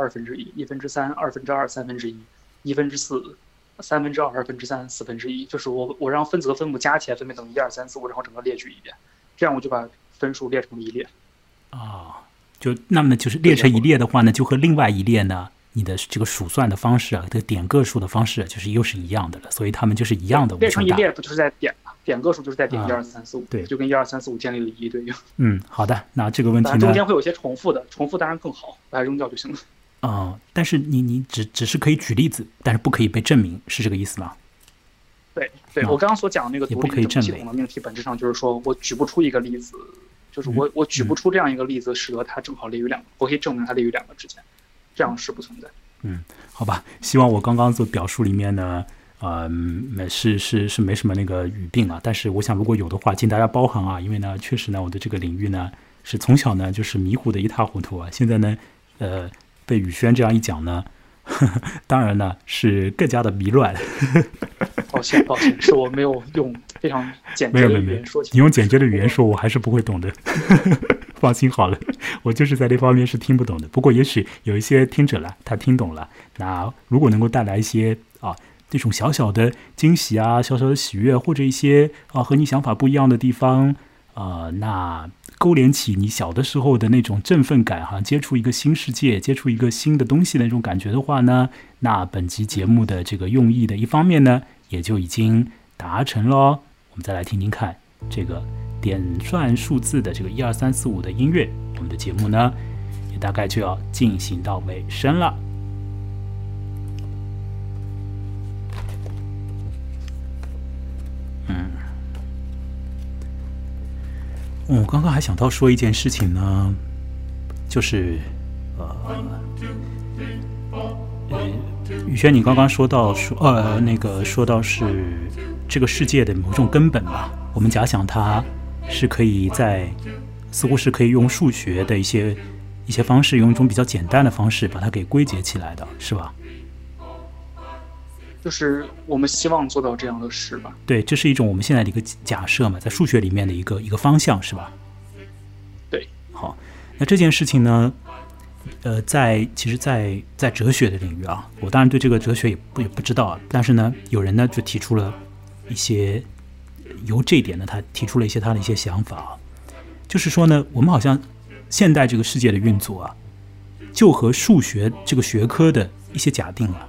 1/2，1/2，1/3，2/2，1/3，1/4。2/3，2/3，1/4，就是我让分子和分母加起来分别等于1、2、3、4、5，然后整个列举一遍，这样我就把分数列成了一列。 那么就是列成一列的话呢，就和另外一列呢，你的这个数算的方式啊，这个点个数的方式就是又是一样的了，所以它们就是一样的。 列成一列不就是在点个数，就是在点1、2、3、4、5，对，就跟1、2、3、4、5建立了一对应。 好的，那这个问题呢， 中间会有些重复的，重复当然更好，把它扔掉就行了。 但是你只是可以举例子，但是不可以被证明，是这个意思吗？ 对，我刚刚所讲的那个独立整系统的命题，本质上就是说我举不出一个例子，就是我举不出这样一个例子，使得它正好列于2个，我可以证明它列于2个之间，这样是不存在。 好吧，希望我刚刚做表述里面呢，是没什么那个语病啊，但是我想如果有的话，请大家包涵啊，因为呢，确实呢，我的这个领域呢是从小呢就是迷糊的一塌糊涂啊，现在呢，被宇轩这样一讲呢，当然呢是更加的迷乱。 抱歉，是我没有用非常简洁的语言说。 你用简洁的语言说，我还是不会懂的。放心好了，我就是在这方面是听不懂的。不过也许有一些听者了，他听懂了。那如果能够带来一些这种小小的惊喜啊，小小的喜悦，或者一些和你想法不一样的地方那勾连起你小的时候的那种振奋感接触一个新世界，接触一个新的东西的那种感觉的话呢，那本集节目的这个用意的一方面呢，也就已经达成了。我们再来听听看这个点算数字的这个1、2、3、4、5的音乐，我们的节目呢也大概就要进行到尾声了。我刚刚还想到说一件事情呢，就是宇轩，你刚刚说到是这个世界的某种根本吧？我们假想它是可以似乎是可以用数学的一些方式，用一种比较简单的方式把它给归结起来的，是吧？ 就是我们希望做到这样的事吧？对， 这是一种我们现在的一个假设嘛，在数学里面的一个方向，是吧？ 对。 好，那这件事情呢，其实在哲学的领域啊，我当然对这个哲学也不知道啊，但是呢，有人呢就提出了一些，由这一点呢，他提出了一些他的一些想法啊，就是说呢，我们好像现代这个世界的运作啊，就和数学这个学科的一些假定啊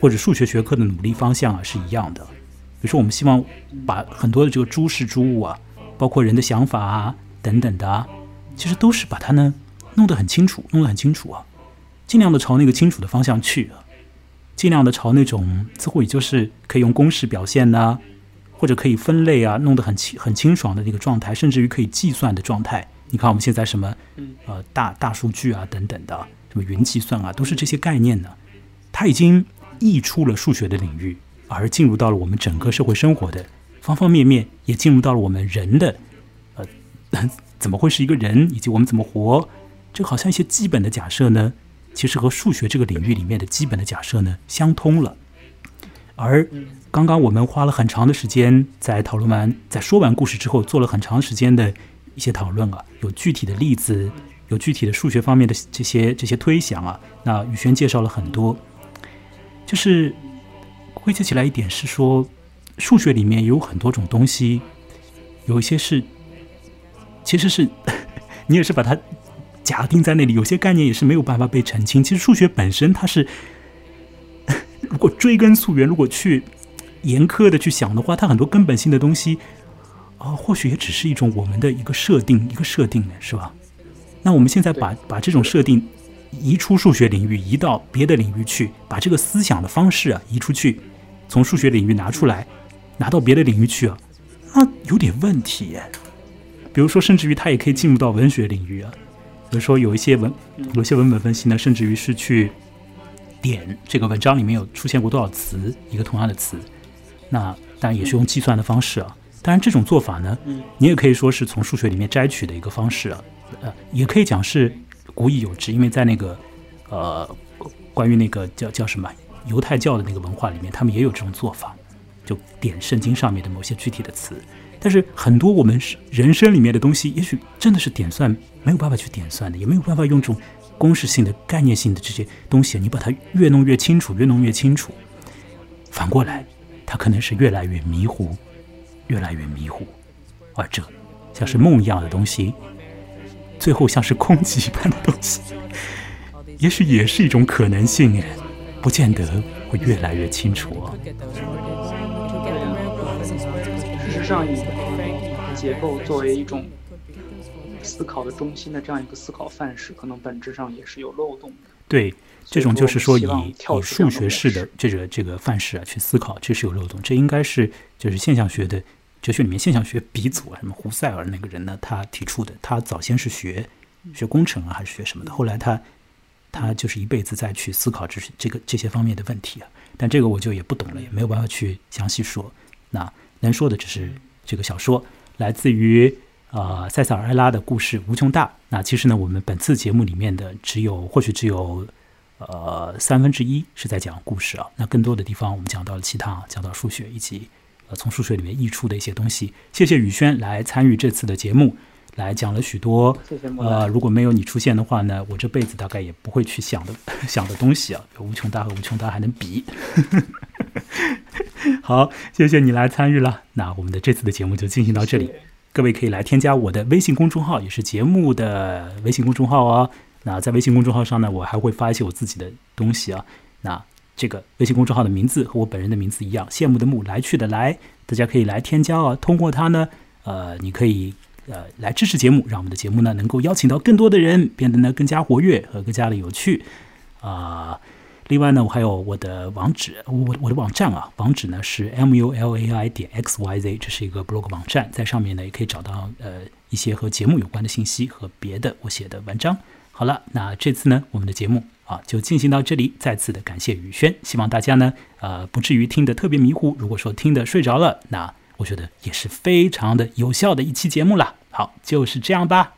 或者数学学科的努力方向啊是一样的。比如说我们希望把很多的这个诸事诸物啊，包括人的想法啊等等的啊，其实都是把它呢弄得很清楚啊，尽量的朝那个清楚的方向去啊，尽量的朝那种似乎也就是可以用公式表现啊，或者可以分类啊，弄得很清爽的那个状态，甚至于可以计算的状态。你看我们现在什么大数据啊等等的，什么云计算啊，都是这些概念呢，它已经溢出了数学的领域，而进入到了我们整个社会生活的方方面面，也进入到了我们人的怎么会是一个人，以及我们怎么活，这好像一些基本的假设呢，其实和数学这个领域里面的基本的假设呢相通了。而刚刚我们花了很长的时间在讨论完，在说完故事之后，做了很长时间的一些讨论啊，有具体的例子，有具体的数学方面的这些推想啊。那宇轩介绍了很多，就是归结起来一点是说，数学里面有很多种东西，有一些是其实是你也是把它假定在那里，有些概念也是没有办法被澄清。其实数学本身它是如果追根溯源，如果去严苛的去想的话，它很多根本性的东西或许也只是一种我们的一个设定，是吧？那我们现在把这种设定移出数学领域，移到别的领域去，把这个思想的方式啊移出去，从数学领域拿出来，拿到别的领域去啊，那有点问题耶。比如说，甚至于它也可以进入到文学领域啊。比如说，有些文本分析呢，甚至于是去点这个文章里面有出现过多少词，一个同样的词，那当然也是用计算的方式啊。当然，这种做法呢，你也可以说是从数学里面摘取的一个方式啊，也可以讲是古已有之，因为在那个关于那个叫什么犹太教的那个文化里面，他们也有这种做法，就点圣经上面的某些具体的词。但是很多我们人生里面的东西，也许真的是点算没有办法去点算的，也没有办法用这种公式性的、概念性的这些东西，你把它越弄越清楚，反过来，它可能是越来越迷糊，而这像是梦一样的东西，最后像是空寂一般的东西，也许也是一种可能性，不见得会越来越清楚啊。 事实上，以结构作为一种思考的中心的这样一个思考范式，可能本质上也是有漏洞的。 对，这种就是说以数学式的这个范式啊去思考，这是有漏洞。这应该是就是现象学的哲学里面现象学鼻祖啊，什么胡塞尔那个人呢，他提出的。他早先是学工程啊，还是学什么的，后来他就是一辈子在去思考这些方面的问题啊。但这个我就也不懂了，也没有办法去详细说。那能说的只是这个小说来自于塞萨尔埃拉的故事《无穷大》。那其实呢，我们本次节目里面的或许只有1/3是在讲故事啊。那更多的地方我们讲到了其他，讲到数学以及从数学里面溢出的一些东西。谢谢宇轩来参与这次的节目，来讲了许多。如果没有你出现的话呢，我这辈子大概也不会去想的东西啊。无穷大和无穷大还能比。好，谢谢你来参与了。那我们的这次的节目就进行到这里。各位可以来添加我的微信公众号，也是节目的微信公众号哦。那在微信公众号上呢，我还会发一些我自己的东西啊。那这个微信公众号的名字和我本人的名字一样，羡慕的慕，来去的来，大家可以来添加哦。通过它呢，你可以来支持节目，让我们的节目呢能够邀请到更多的人，变得呢更加活跃和更加的有趣另外呢，我还有我的网址，我的网站啊，网址呢是 mulai.xyz， 这是一个 blog 网站，在上面呢也可以找到一些和节目有关的信息和别的我写的文章。好了，那这次呢，我们的节目就进行到这里，再次的感谢宇轩，希望大家呢不至于听得特别迷糊，如果说听得睡着了，那我觉得也是非常的有效的一期节目了。好，就是这样吧。